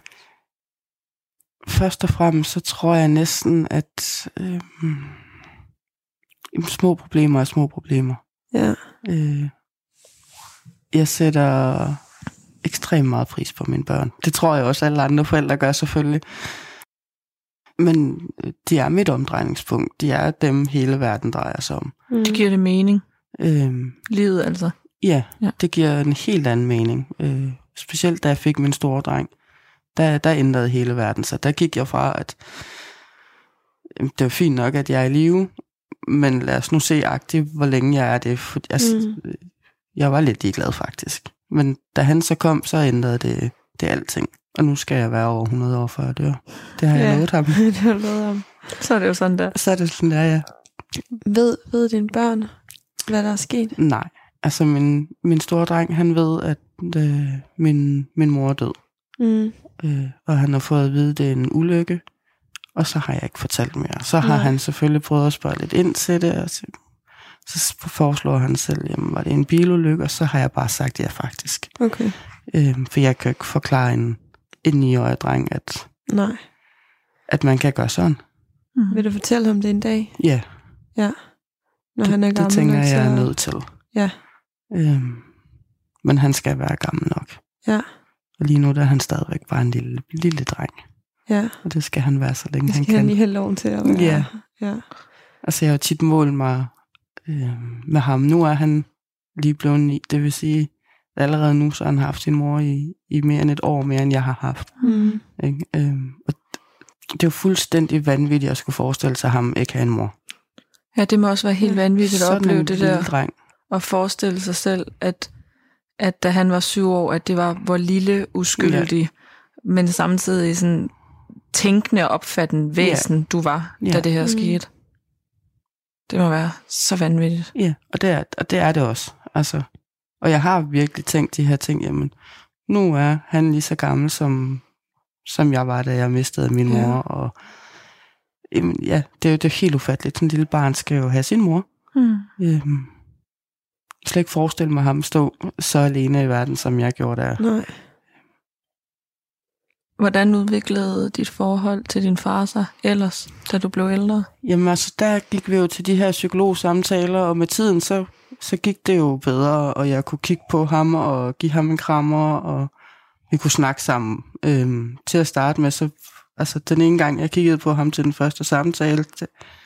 Først og fremmest, så tror jeg næsten, at øh, små problemer er små problemer. Ja. Øh, jeg sætter ekstremt meget pris på mine børn. Det tror jeg også, alle andre forældre gør selvfølgelig. Men de er mit omdrejningspunkt. De er dem, hele verden drejer sig om. Mm. Det giver det mening. Øhm, Livet altså. Ja, ja, det giver en helt anden mening. Øh, specielt da jeg fik min store dreng. Der, der ændrede hele verden sig. Der gik jeg fra, at øh, det var fint nok, at jeg er i live, men lad os nu se aktivt, hvor længe jeg er det. For, altså, mm. Jeg var lidt ligeglad faktisk. Men da han så kom, så ændrede det, det alting. Og nu skal jeg være over hundrede år før jeg dør. Det har jeg ja, lovet ham. det har jeg lovet ham. Så er det jo sådan der. Så er det sådan der, ja. Ved, ved dine børn, hvad der er sket? Nej. Altså, min, min store dreng, han ved, at øh, min, min mor er død. Mm. Øh, og han har fået at vide, at det er en ulykke. Og så har jeg ikke fortalt mere. Så har Nej. han selvfølgelig prøvet at spørge lidt ind til det. Og så, så foreslår han selv, jamen, var det en bilulykke? Og så har jeg bare sagt ja, faktisk. Okay. Øh, for jeg kan ikke forklare en, en niårig dreng, at, Nej. at man kan gøre sådan. Mm. Vil du fortælle ham det en dag? Ja. Ja. Når det, han er gammel det tænker nok, jeg, så... jeg er nødt til. Ja. Øhm, men han skal være gammel nok. Ja. Og lige nu der er han stadigvæk bare en lille, lille dreng. Ja. Og det skal han være, så længe det han kan. kan. Han lige have lov til at være. Ja. Ja. Altså jeg har jo tit målt mig øh, med ham. Nu er han lige blevet ni. Det vil sige, at allerede nu så har han haft sin mor i, i mere end et år mere, end jeg har haft. Mm. Øhm, og det er jo fuldstændig vanvittigt at skulle forestille sig, at ham ikke have en mor. Ja, det må også være helt vanvittigt at opleve det der. Dreng. Og forestille sig selv, at, at da han var syv år, at det var hvor lille uskyldig, ja. Men samtidig sådan tænkende og opfattende væsen, ja. Du var, da ja. Det her mm. skete. Det må være så vanvittigt. Ja, og det er, og det, er det også. Altså, og jeg har virkelig tænkt de her ting, jamen, nu er han lige så gammel, som, som jeg var, da jeg mistede min mor. Ja. Og jamen, ja, det er jo det er helt ufatteligt. Sådan en lille barn skal jo have sin mor. Mm. Øhm, jeg slet ikke forestille mig ham stå så alene i verden, som jeg gjorde der. Nej. Hvordan udviklede dit forhold til din far sig ellers, da du blev ældre? Jamen altså, der gik vi jo til de her psykologsamtaler, og med tiden så, så gik det jo bedre, og jeg kunne kigge på ham og give ham en krammer, og vi kunne snakke sammen. Øhm, til at starte med, så altså den ene gang, jeg kiggede på ham til den første samtale, til,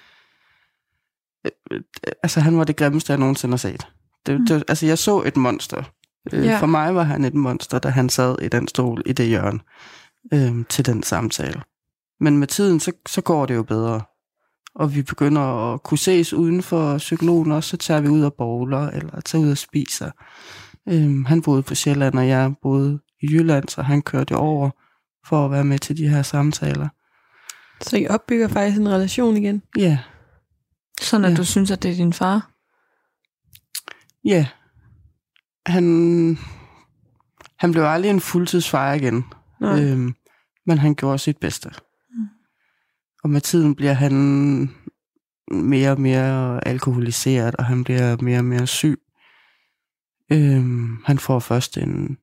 øh, altså han var det grimmeste, jeg nogensinde har set. Det, mm. det, altså jeg så et monster. Øh, ja. For mig var han et monster, da han sad i den stol i det hjørne. Øhm, til den samtale. Men med tiden, så, så går det jo bedre. Og vi begynder at kunne ses uden for psykologen, og så tager vi ud og bowler, eller tager ud og spiser. Øhm, han boede på Sjælland, og jeg boede i Jylland, så han kørte over for at være med til de her samtaler. Så I opbygger faktisk en relation igen? Ja. Sådan at ja. Du synes, at det er din far? Ja. Han, han blev aldrig en fuldtidsfar igen. Øhm, men han gjorde sit bedste. Mm. Og med tiden bliver han mere og mere alkoholiseret, og han bliver mere og mere syg. Øhm, han får først en,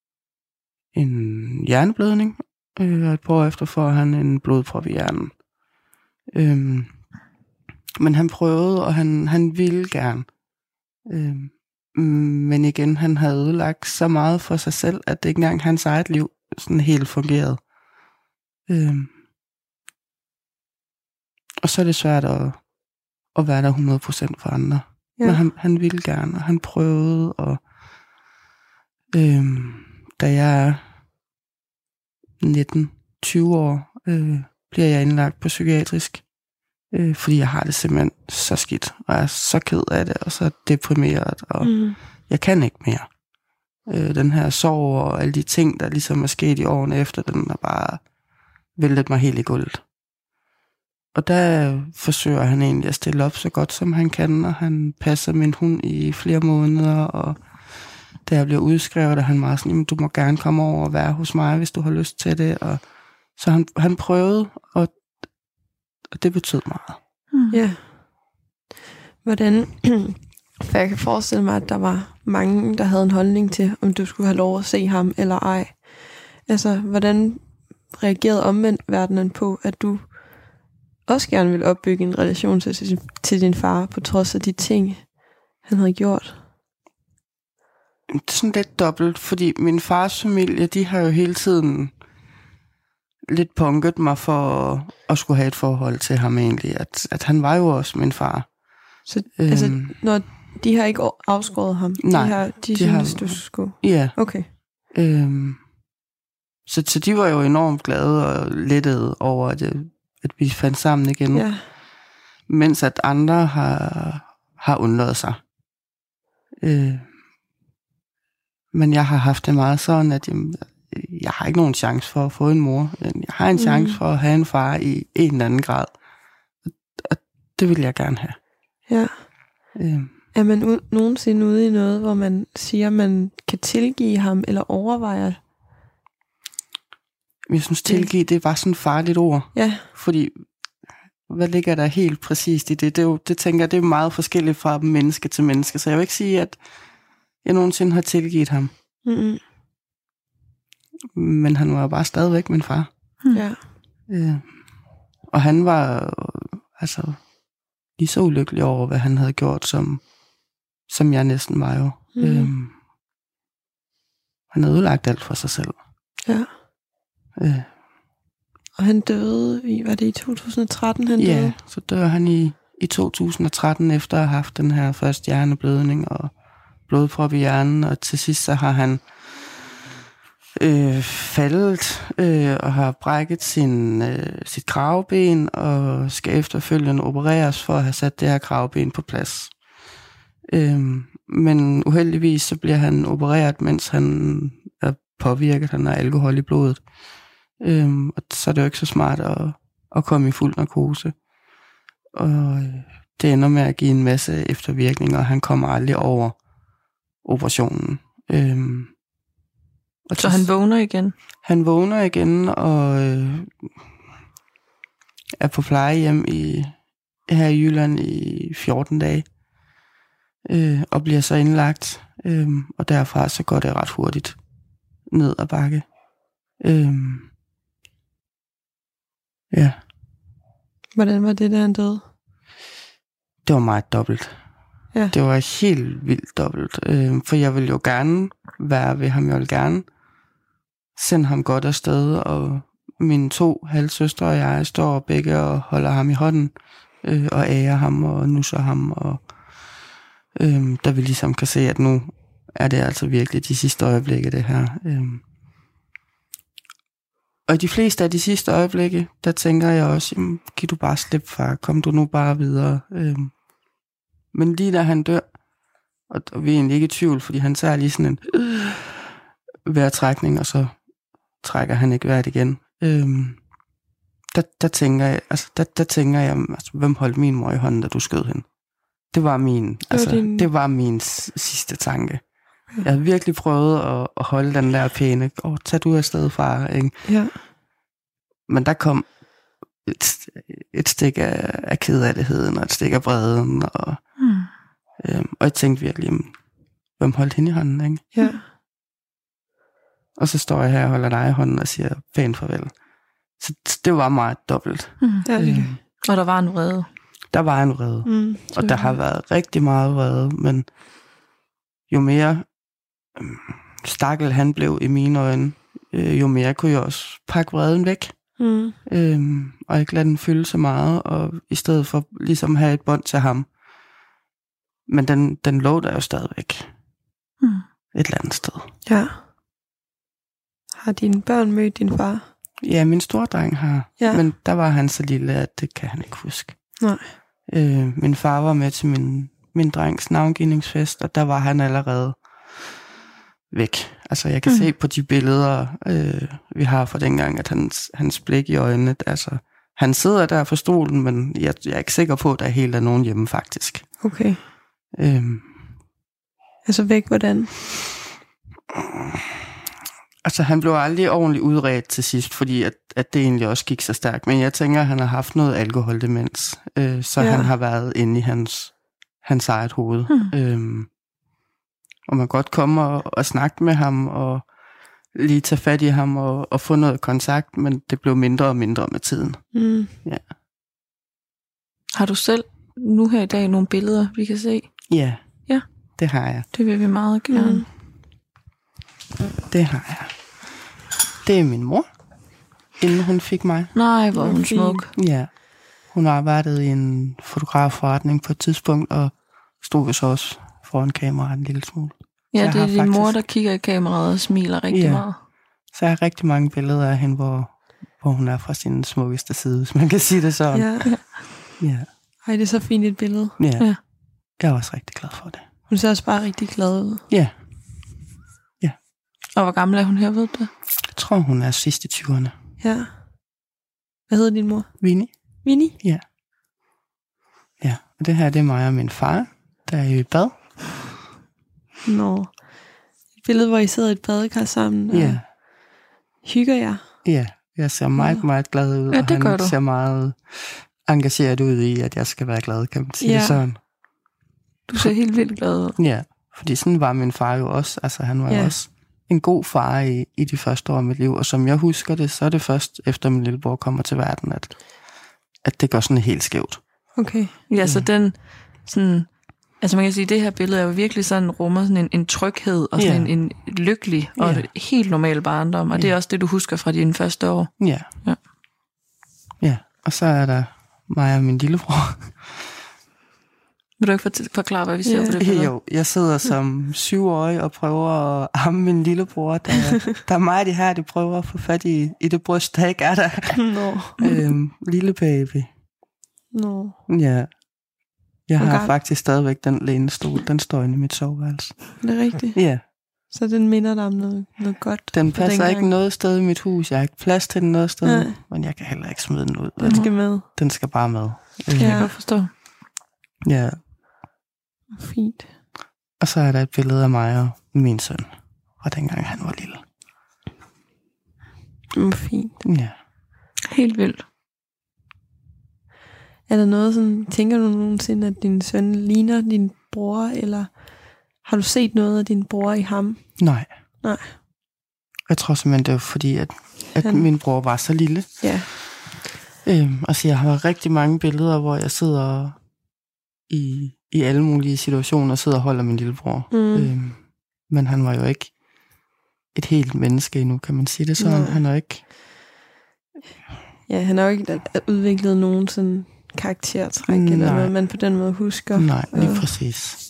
en hjerneblødning, øh, og et par år efter får han en blodprop i hjernen. Øhm, men han prøvede, og han, han ville gerne. Øhm, men igen, han havde ødelagt så meget for sig selv, at det ikke engang hans eget liv sådan helt fungerede. Øhm, og så er det svært at, at være der hundrede procent for andre. Ja. Men han, han ville gerne, og han prøvede, og øhm, da jeg er nitten tyve år, øh, bliver jeg indlagt på psykiatrisk, øh, fordi jeg har det simpelthen så skidt, og jeg er så ked af det, og så deprimeret, og mm. jeg kan ikke mere. Øh, den her sorg og alle de ting, der ligesom er sket i årene efter, den har bare væltet mig helt i gulvet. Og der forsøger han egentlig at stille op så godt som han kan, og han passer min hund i flere måneder, og da jeg bliver udskrevet, er han meget sådan, du må gerne komme over og være hos mig, hvis du har lyst til det. Og så han, han prøvede, og, og det betød meget. Mm. Ja. Hvordan, for jeg kan forestille mig, at der var mange, der havde en holdning til, om du skulle have lov at se ham eller ej. Altså, hvordan reagerede omverdenen på, at du også gerne ville opbygge en relation til, til din far, på trods af de ting, han havde gjort? Det er sådan lidt dobbelt, fordi min fars familie, de har jo hele tiden lidt punket mig for at, at skulle have et forhold til ham egentlig. At, at han var jo også min far. Så øhm, altså, når de har ikke afskåret ham? Nej. De, har, de, de synes, har, du skulle? Ja. Okay. Øhm, så, så de var jo enormt glade og lettede over, at, at vi fandt sammen igen. Ja. Mens at andre har, har undladt sig. Øh, men jeg har haft det meget sådan, at jamen, jeg har ikke nogen chance for at få en mor. Jeg har en chance mm. for at have en far i en eller anden grad. Og det vil jeg gerne have. Ja. Øh. Er man u- nogensinde ude i noget, hvor man siger, at man kan tilgive ham, eller overvejer? Jeg synes, tilgive, det var sådan et farligt ord. Ja. Fordi, hvad ligger der helt præcist i det? Det, er jo, det tænker jeg, det er meget forskelligt fra menneske til menneske. Så jeg vil ikke sige, at jeg nogensinde har tilgivet ham. Mm-hmm. Men han var bare stadigvæk min far. Mm. Ja. Øh, og han var altså lige så ulykkelig over, hvad han havde gjort, som, som jeg næsten var jo. Mm. Øh, han havde ødelagt alt for sig selv. Ja. Øh. Og han døde, i, var det i to tusind og tretten, han døde? Ja, så dør han i, i to tusind og tretten, efter at have haft den her første hjerneblødning og blodprop i hjernen, og til sidst så har han øh, faldet øh, og har brækket sin, øh, sit kravben, og skal efterfølgende opereres for at have sat det her kravben på plads. Øh, men uheldigvis så bliver han opereret, mens han er påvirket, han har alkohol i blodet. Øh, og så er det jo ikke så smart at, at komme i fuld narkose. Og det ender med at give en masse eftervirkninger, og han kommer aldrig over operationen. Øhm, og så han vågner igen? Han vågner igen, og øh, er på plejehjem i, her i Jylland i fjorten dage, øh, og bliver så indlagt, øh, og derfra så går det ret hurtigt ned ad bakke. Øh, ja. Hvordan var det, da han døde? Det var meget dobbelt. Ja. Det var helt vildt dobbelt. Øh, for jeg ville jo gerne være ved ham. Jeg ville gerne sende ham godt afsted. Og mine to halvsøstre og jeg står begge og holder ham i hånden. Øh, og ærer ham og nusser ham. Og øh, der vi ligesom kan se, at nu er det altså virkelig de sidste øjeblikke, det her. Øh. Og i de fleste af de sidste øjeblikke, der tænker jeg også, jamen, giv du bare slip, far. Kom du nu bare videre. Øh. Men lige da han dør, og, og vi er egentlig ikke i tvivl, fordi han tager lige sådan en øh, vejrtrækning, og så trækker han ikke vejret igen. Øhm, der, der tænker jeg, altså, der, der tænker jeg, altså, hvem holdt min mor i hånden, da du skød hende? Det var min, altså, det var, din... det var min s- sidste tanke. Jeg havde virkelig prøvet at, at holde den der pæne, åh, tag du afsted, far, ikke? Ja. Men der kom et, et stik af, af kedeligheden, og et stik af vreden, og, Mm. øhm, og jeg tænkte virkelig, hvem holdt hende i hånden, ikke? Ja. Og så står jeg her og holder dig i hånden og siger pænt farvel. Så det var meget dobbelt. Mm. Det er det. Øhm, Og der var en vrede. der var en vrede, Mm. og der har været rigtig meget vrede, men jo mere øhm, stakkel han blev i mine øjne, øh, jo mere kunne jeg også pakke vreden væk. Mm. Øhm, og ikke lade den fylde så meget, og i stedet for ligesom have et bånd til ham. Men den, den lå der jo stadigvæk Mm. et eller andet sted. Ja. Har dine børn mødt din far? Ja, min store dreng har, Ja. men der var han så lille, at det kan han ikke huske. Nej. Øh, min far var med til min, min drengs navngivningsfest, og der var han allerede væk. Altså jeg kan mm. se på de billeder, øh, vi har fra dengang, at hans, hans blik i øjnene, altså han sidder der på stolen, men jeg, jeg er ikke sikker på, at der helt er nogen hjemme faktisk. Okay. Øhm, Altså væk, hvordan? altså han blev aldrig ordentligt udredt til sidst, fordi at, at det egentlig også gik så stærkt. Men jeg tænker, at han har haft noget alkoholdemens, øh, så Ja. han har været inde i hans, hans eget hoved. Hmm. Øhm, og man kan godt komme og, og snakke med ham, og lige tage fat i ham, og, og få noget kontakt, men det blev mindre og mindre med tiden. Mm. Har du selv nu her i dag nogle billeder, vi kan se? Ja, Ja. det har jeg. Det vil vi meget gerne. Mm. Det har jeg. Det er min mor, inden hun fik mig. Nej, hvor er hun Hvor fint. smuk. Ja, hun arbejdede i en fotografforretning på et tidspunkt, og stod så også foran kameraet en lille smule. Ja, jeg det er har din faktisk- mor, der kigger i kameraet og smiler rigtig Ja. meget. Så jeg har rigtig mange billeder af hende, hvor, hvor hun er fra sin smukkeste side, hvis man kan sige det sådan. Ja. Ja. Ej, det er så fint et billede. Ja. Ja. Jeg er også rigtig glad for det. Hun ser også bare rigtig glad ud. Ja, Og hvor gammel er hun her, ved du det? jeg tror, hun er sidst i tyverne. Ja. Hvad hedder din mor? Vinnie? Winnie? Ja. Ja, og det her, det er mig og min far, der er jo i bad. Nå. Et billede, hvor I sidder i et badekar sammen og Ja, hygger jer. ja. Jeg ser meget, meget glad ud, Ja, og det han gør du. ser meget engageret ud i, at jeg skal være glad, kan man sige Ja. det sådan. Du ser helt vildt glad ud. Ja, fordi sådan var min far jo også. Altså, han var Ja. jo også en god far i, i de første år af mit liv. Og som jeg husker det, så er det først efter min lillebror kommer til verden, at, at det går sådan helt skævt. Okay. Ja, så Ja. den sådan... Altså man kan sige, at det her billede er jo virkelig sådan, rummer sådan en, en tryghed og sådan Ja. en, en lykkelig og Ja. et helt normal barndom. Og det er Ja. også det, du husker fra dine første år. Ja. Ja. Ja, og så er der mig og min lillebror. Vil du ikke fort- forklare, hvad vi ser Ja. på det billede? Jo, jeg sidder som syvårig og prøver at amme min lillebror. Der, der er mig de her, de prøver at få fat i, i det bryst, der ikke er der. Nå. øhm, lille baby. Nå. Ja. Jeg Hvor har gammel? faktisk stadigvæk den lænestol. Den står inde i mit soveværelse. Det er rigtigt. Ja. Så den minder dig om noget, noget godt. Den fra passer dengang. ikke noget sted i mit hus. Jeg har ikke plads til den noget sted. Nej. Men jeg kan heller ikke smide den ud. Den skal med. Den skal bare med. Det kan Ja. jeg godt forstå. Ja. Fint. Og så er der et billede af mig og min søn. Fra dengang han var lille. Mm, fint. Ja. Helt vildt. Er der noget sådan, tænker du nogensinde, at din søn ligner din bror, eller har du set noget af din bror i ham? Nej. Nej. Jeg tror simpelthen, det var fordi, at, at Han- min bror var så lille. Ja. Øhm, altså, jeg har rigtig mange billeder, hvor jeg sidder i, i alle mulige situationer og sidder og holder min lillebror. Mm. Øhm, men han var jo ikke et helt menneske endnu, kan man sige det sådan. Nej. Han er ikke... Ja, han har jo ikke udviklet nogen sådan karaktertræk, Nej. eller noget, man på den måde husker. Nej, lige Ja. præcis.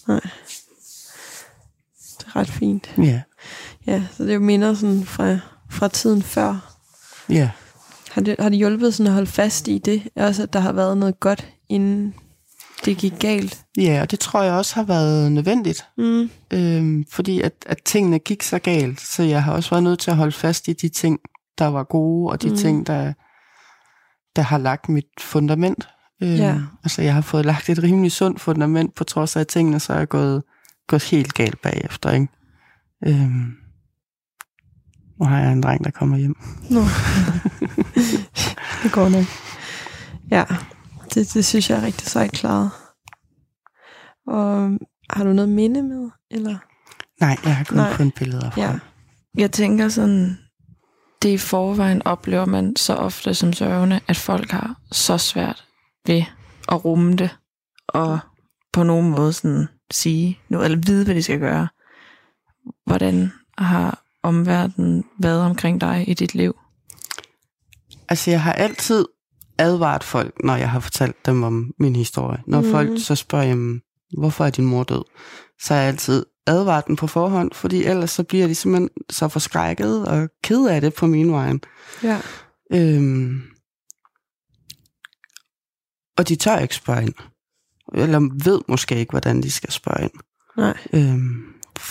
Det er ret fint. Ja, Ja, så det er jo minder sådan fra, fra tiden før. ja. Har det, har det hjulpet sådan at holde fast i det? Også at der har været noget godt, inden det gik galt? Ja, og det tror jeg også har været nødvendigt. Mm. Øhm, fordi at, at tingene gik så galt, så jeg har også været nødt til at holde fast i de ting, der var gode, og de Mm. mm. ting, der, der har lagt mit fundament. Øhm, Ja. Altså, jeg har fået lagt et rimelig sundt fundament, på trods af at tingene så er gået, gået helt galt bagefter, ikke? Øhm, nu har jeg en dreng, der kommer hjem. Nå. Det går nok. Ja, det, det synes jeg er rigtig sejt klaret. Og har du noget minde med, eller? Nej, jeg har kun Nej. fundet billeder fra. Ja. Jeg tænker sådan, det i forvejen oplever man så ofte som sørgende, at folk har så svært ved at rumme det, og på nogen måde sådan sige noget, eller vide, hvad de skal gøre. Hvordan har omverdenen været omkring dig i dit liv? Altså, jeg har altid advaret folk, når jeg har fortalt dem om min historie. Når Mhm. folk så spørger, jamen, hvorfor er din mor død? Så har jeg altid advaret dem på forhånd, fordi ellers så bliver de simpelthen så forskrækket og ked af det på min vej. Ja. Øhm, og de tør ikke spørge ind. Eller ved måske ikke, hvordan de skal spørge ind. Nej. Øhm,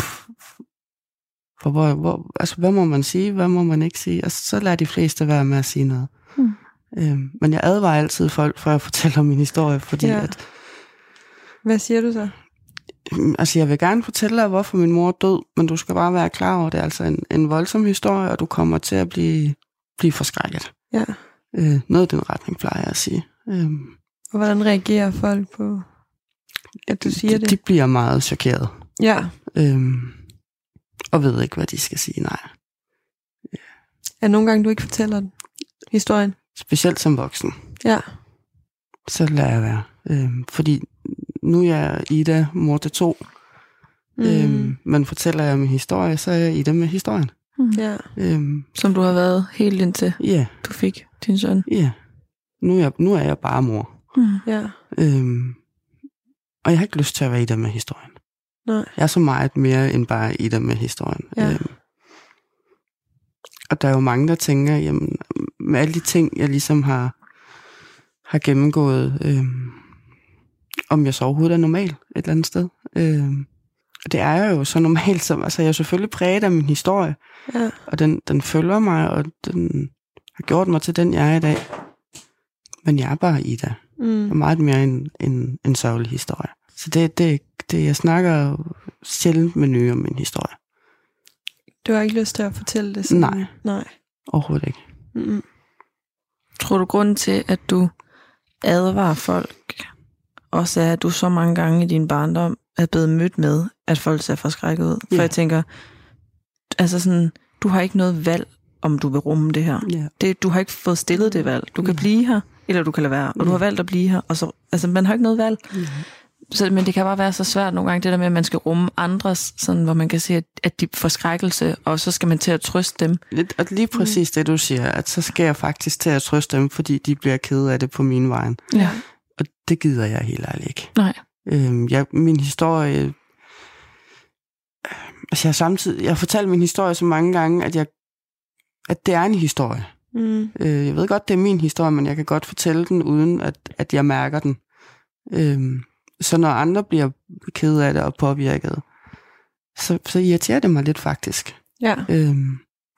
for hvor, hvor, altså, hvad må man sige, hvad må man ikke sige? Og så lader de fleste være med at sige noget. Hmm. Øhm, men jeg advarer altid folk, før jeg fortæller min historie, fordi Ja. at, Hvad siger du så? øhm, altså, jeg vil gerne fortælle dig, hvorfor min mor er død, men du skal bare være klar over, at det er altså en, en voldsom historie, og du kommer til at blive, blive forskrækket. Ja. Øh, noget i den retning plejer jeg at sige. Øhm, Og hvordan reagerer folk på, at du siger de, det? de bliver meget chokeret, Ja. øhm, og ved ikke, hvad de skal sige, nej. Er nogle gange, du ikke fortæller den? Historien? Specielt som voksen. Ja. Så lader jeg være. Øhm, fordi nu er jeg Ida, mor til to. Mm. Øhm, men fortæller jeg min historie, så er jeg Ida med historien. Ja. Øhm, Som du har været helt indtil ja, du fik din søn. ja. Nu er jeg, nu er jeg bare mor. Mm. Ja. Øhm, og jeg har ikke lyst til at være Ida med historien. Nej. Jeg er så meget mere end bare Ida med historien. Ja. Øhm, og der er jo mange, der tænker, jamen, med alle de ting, jeg ligesom har, har gennemgået, øhm, om jeg så overhovedet er normal et eller andet sted. Øhm, det er jeg jo så normalt som, altså jeg er selvfølgelig præget af min historie, Ja. og den, den følger mig, og den har gjort mig til den, jeg er i dag. Men jeg er bare Ida. Mm. Og meget mere en, en, en sørgelig historie. Så det, det, det, jeg snakker sjældent med nye om min historie. Du har ikke lyst til at fortælle det sådan? Nej. Nej. Overhovedet ikke. Mm-mm. Tror du grunden til, at du advarer folk, også er, at du så mange gange i din barndom er blevet mødt med, at folk ser forskrækket ud? For Ja. jeg tænker, altså sådan, du har ikke noget valg, om du vil rumme det her. Ja. Det, du har ikke fået stillet det valg. Du kan Ja. blive her, eller du kan lade være. Og du Ja. har valgt at blive her. Og så, altså, man har ikke noget valg. Ja. Så, men det kan bare være så svært nogle gange, det der med, at man skal rumme andres, sådan, hvor man kan se, at, at de forskrækkelse, og så skal man til at trøste dem. Lidt, og lige præcis det, du siger, at så skal jeg faktisk til at trøste dem, fordi de bliver kede af det på min vej. Ja. Og det gider jeg helt ærligt ikke. Nej. Øhm, jeg, min historie... Altså jeg har samtidig... Jeg har fortalt min historie så mange gange, at jeg at det er en historie. Mm. Øh, jeg ved godt, det er min historie, men jeg kan godt fortælle den, uden at, at jeg mærker den. Øhm, så når andre bliver kede af det og påvirket, så, så irriterer det mig lidt faktisk. Ja. Øhm,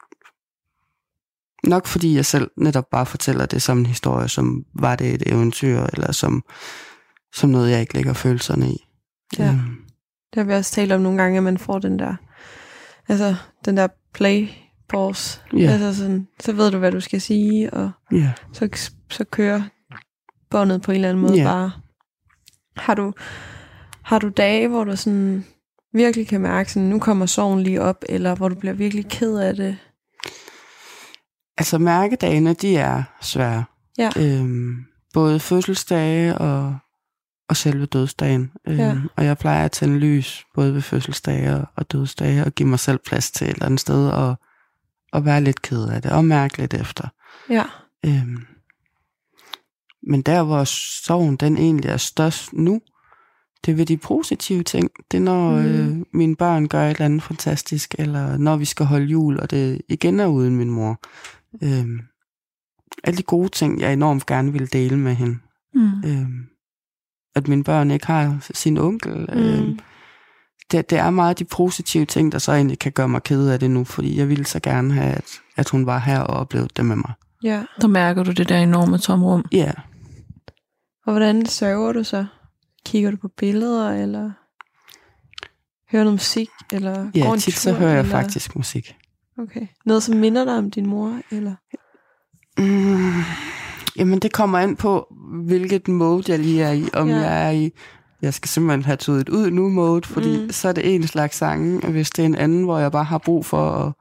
nok fordi jeg selv netop bare fortæller det som en historie, som var det et eventyr, eller som, som noget, jeg ikke lægger følelserne i. Ja. Øhm, Det har vi også talt om nogle gange, at man får den der, altså den der play pause. Ja. Altså sådan, så ved du, hvad du skal sige, og ja. så, så kører båndet på en eller anden måde Ja. bare. Har du, har du dage, hvor du sådan virkelig kan mærke, sådan, nu kommer sorgen lige op, eller hvor du bliver virkelig ked af det? Altså mærkedagene, de er svære. Ja. Øhm, både fødselsdage og, og selve dødsdagen. Øhm, Ja. Og jeg plejer at tænde lys, både ved fødselsdage og, og dødsdage, og give mig selv plads til et eller andet sted, og, og være lidt ked af det, og mærke lidt efter. Ja. Øhm, men der, hvor sorgen den egentlig er størst nu, det er ved de positive ting. Det er, når Mm. øh, mine børn gør et eller andet fantastisk, eller når vi skal holde jul, og det igen er uden min mor. Øhm, alle de gode ting, jeg enormt gerne vil dele med hende. Mm. Øhm, at mine børn ikke har sin onkel. Mm. Øhm, det, det er meget de positive ting, der så egentlig kan gøre mig ked af det nu, fordi jeg ville så gerne have, at, at hun var her og oplevede det med mig. Ja. Der mærker du det der enorme tomrum. Ja, Og hvordan sørger du så? Kigger du på billeder, eller hører noget musik, eller Ja, går en tit tur, så hører jeg eller... faktisk musik. Okay. Noget, som minder dig om din mor, eller? Mm, jamen, det kommer an på, hvilket mode jeg lige er i. Om ja. jeg er i, jeg skal simpelthen have tydet ud nu mode, fordi mm. så er det en slags sange, og hvis det er en anden, hvor jeg bare har brug for at,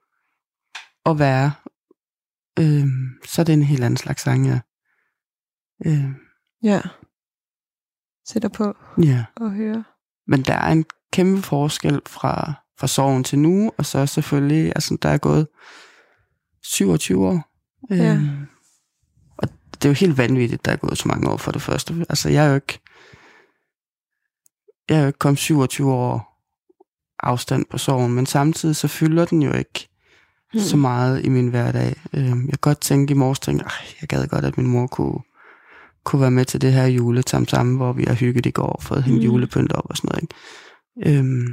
at være, øh, så er det en helt anden slags sang, ja. Øh. Ja. Sætter på ja. og høre. Men der er en kæmpe forskel fra, fra sorgen til nu, og så selvfølgelig, altså der er gået syvogtyve år. Ja. Øhm, og det er jo helt vanvittigt, der er gået så mange år for det første. Altså jeg er jo ikke, jeg er jo ikke kommet syvogtyve år afstand på sorgen, men samtidig så fylder den jo ikke hmm. så meget i min hverdag. Øhm, jeg kan godt tænke i morges, tænke, jeg gad godt, at min mor kunne, kunne være med til det her juletamtam, hvor vi har hygget i går og fået hende hmm. julepynt op og sådan noget, ikke? Øhm,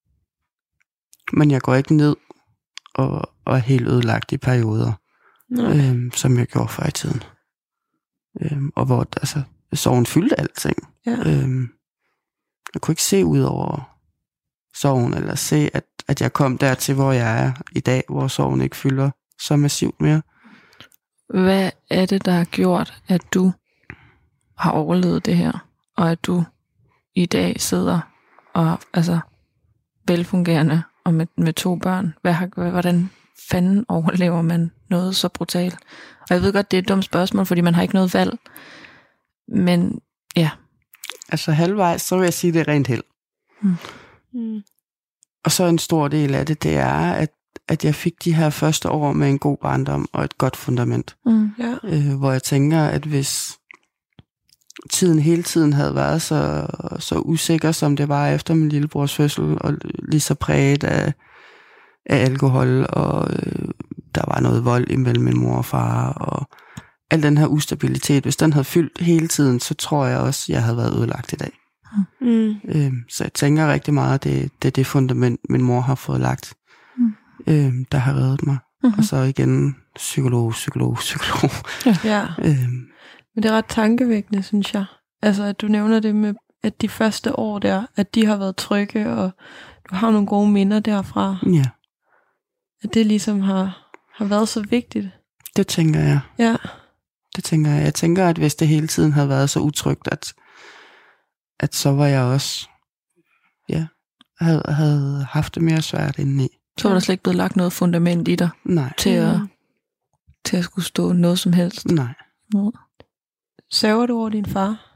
men jeg går ikke ned og, og er helt ødelagt i perioder, øhm, som jeg gjorde før i tiden. Øhm, og hvor altså, sorgen fyldte alting. Ja. Øhm, jeg kunne ikke se ud over sorgen, eller se, at, at jeg kom dertil, hvor jeg er i dag, hvor sorgen ikke fylder så massivt mere. Hvad er det, der har gjort, at du har overlevet det her, og at du i dag sidder og altså velfungerende og med, med to børn? Hvad har, hvordan fanden overlever man noget så brutalt? Og jeg ved godt, det er et dumt spørgsmål, fordi man har ikke noget valg. Men ja. Altså halvvejs, så vil jeg sige, det er rent held. Hmm. Mm. Og så en stor del af det, det er, at, at jeg fik de her første år med en god barndom og et godt fundament. Mm. Ja. Øh, hvor jeg tænker, at hvis tiden hele tiden havde været så, så usikker, som det var efter min lillebrors fødsel, og lige så præget af, af alkohol, og øh, der var noget vold imellem min mor og far, og al den her ustabilitet, hvis den havde fyldt hele tiden, så tror jeg også, jeg havde været ødelagt i dag. Mm. Øh, så jeg tænker rigtig meget, at det, det er det fundament, min mor har fået lagt, mm. øh, der har reddet mig. Mm-hmm. Og så igen psykolog, psykolog, psykolog. Ja. ja. øh, Men det er ret tankevækkende, synes jeg. Altså, at du nævner det med, at de første år der, at de har været trygge, og du har nogle gode minder derfra. Ja. At det ligesom har, har været så vigtigt. Det tænker jeg. Ja. Det tænker jeg. Jeg tænker, at hvis det hele tiden havde været så utrygt, at, at så var jeg også, ja, havde, havde haft det mere svært indeni. Så var der slet ikke blevet lagt noget fundament i dig? Nej. Til at, til at skulle stå noget som helst? Nej. Ja. Sørger du over din far?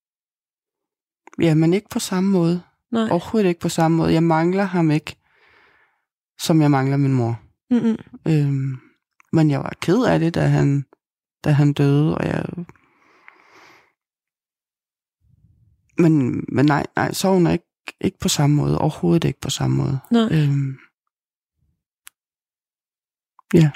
Ja, men ikke på samme måde. Nej. Overhovedet ikke på samme måde. Jeg mangler ham ikke, som jeg mangler min mor. Mm-mm. Øhm, men jeg var ked af det, da han, da han døde, og jeg... Men, men nej, nej, sorgen er ikke, ikke på samme måde. Overhovedet ikke på samme måde. Nej. Øhm, ja.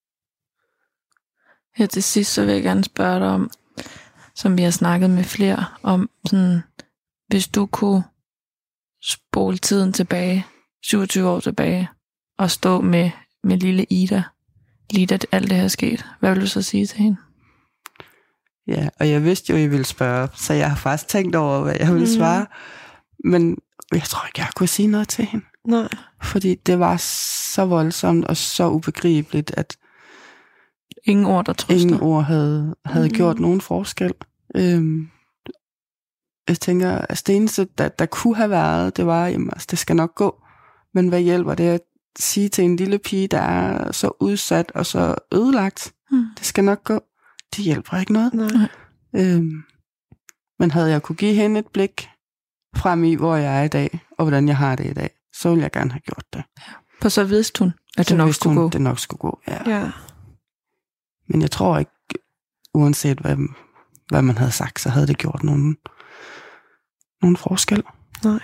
Her til sidst, så vil jeg gerne spørge dig om, som vi har snakket med flere om, sådan, hvis du kunne spole tiden tilbage, syvogtyve år tilbage, og stå med, med lille Ida, lige da alt det her sket, hvad vil du så sige til hende? Ja, og jeg vidste jo, I ville spørge, så jeg har faktisk tænkt over, hvad jeg ville svare, mm. men jeg tror ikke, jeg kunne sige noget til hende. Nej. Fordi det var så voldsomt og så ubegribeligt, at ingen ord, der trøster. Ingen ord havde, havde mm. gjort nogen forskel. Øhm, jeg tænker, at det eneste, der, der kunne have været, det var, jamen, altså, det skal nok gå. Men hvad hjælper det at sige til en lille pige, der er så udsat og så ødelagt? Mm. Det skal nok gå. Det hjælper ikke noget. Nej. Øhm, men havde jeg kunne give hende et blik frem i, hvor jeg er i dag, og hvordan jeg har det i dag, så ville jeg gerne have gjort det. Ja. For så vidste hun, at så det nok skulle hun, gå. det nok skulle gå, ja. ja. Men jeg tror ikke, uanset hvad, hvad man havde sagt, så havde det gjort nogen, nogen forskel. Nej.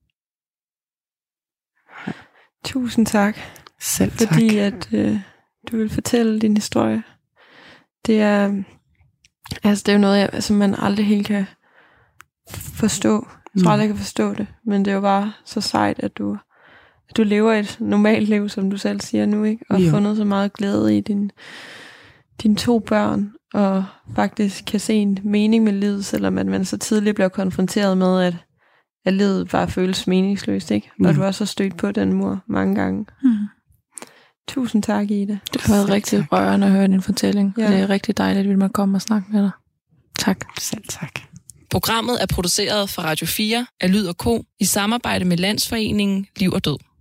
Tusind tak. Selv tak. Fordi at øh, du vil fortælle din historie. Det er, altså det er jo noget, jeg, som man aldrig helt kan forstå. Jeg tror aldrig, jeg kan forstå det. Men det er jo bare så sejt, at du, at du lever et normalt liv, som du selv siger nu, ikke? Og har fundet så meget glæde i din, dine to børn, og faktisk kan se en mening med livet, selvom at man så tidligt bliver konfronteret med, at, at livet bare føles meningsløst, ikke? Og Mm. du også har stødt på den mur mange gange. Mm. Tusind tak, Ida. Det har været rigtig tak. rørende at høre din fortælling. Ja. Ja. Det er rigtig dejligt, at vi må komme og snakke med dig. Tak. Selv tak. Programmet er produceret for Radio fire af Lyd og Co. i samarbejde med Landsforeningen Liv og Død.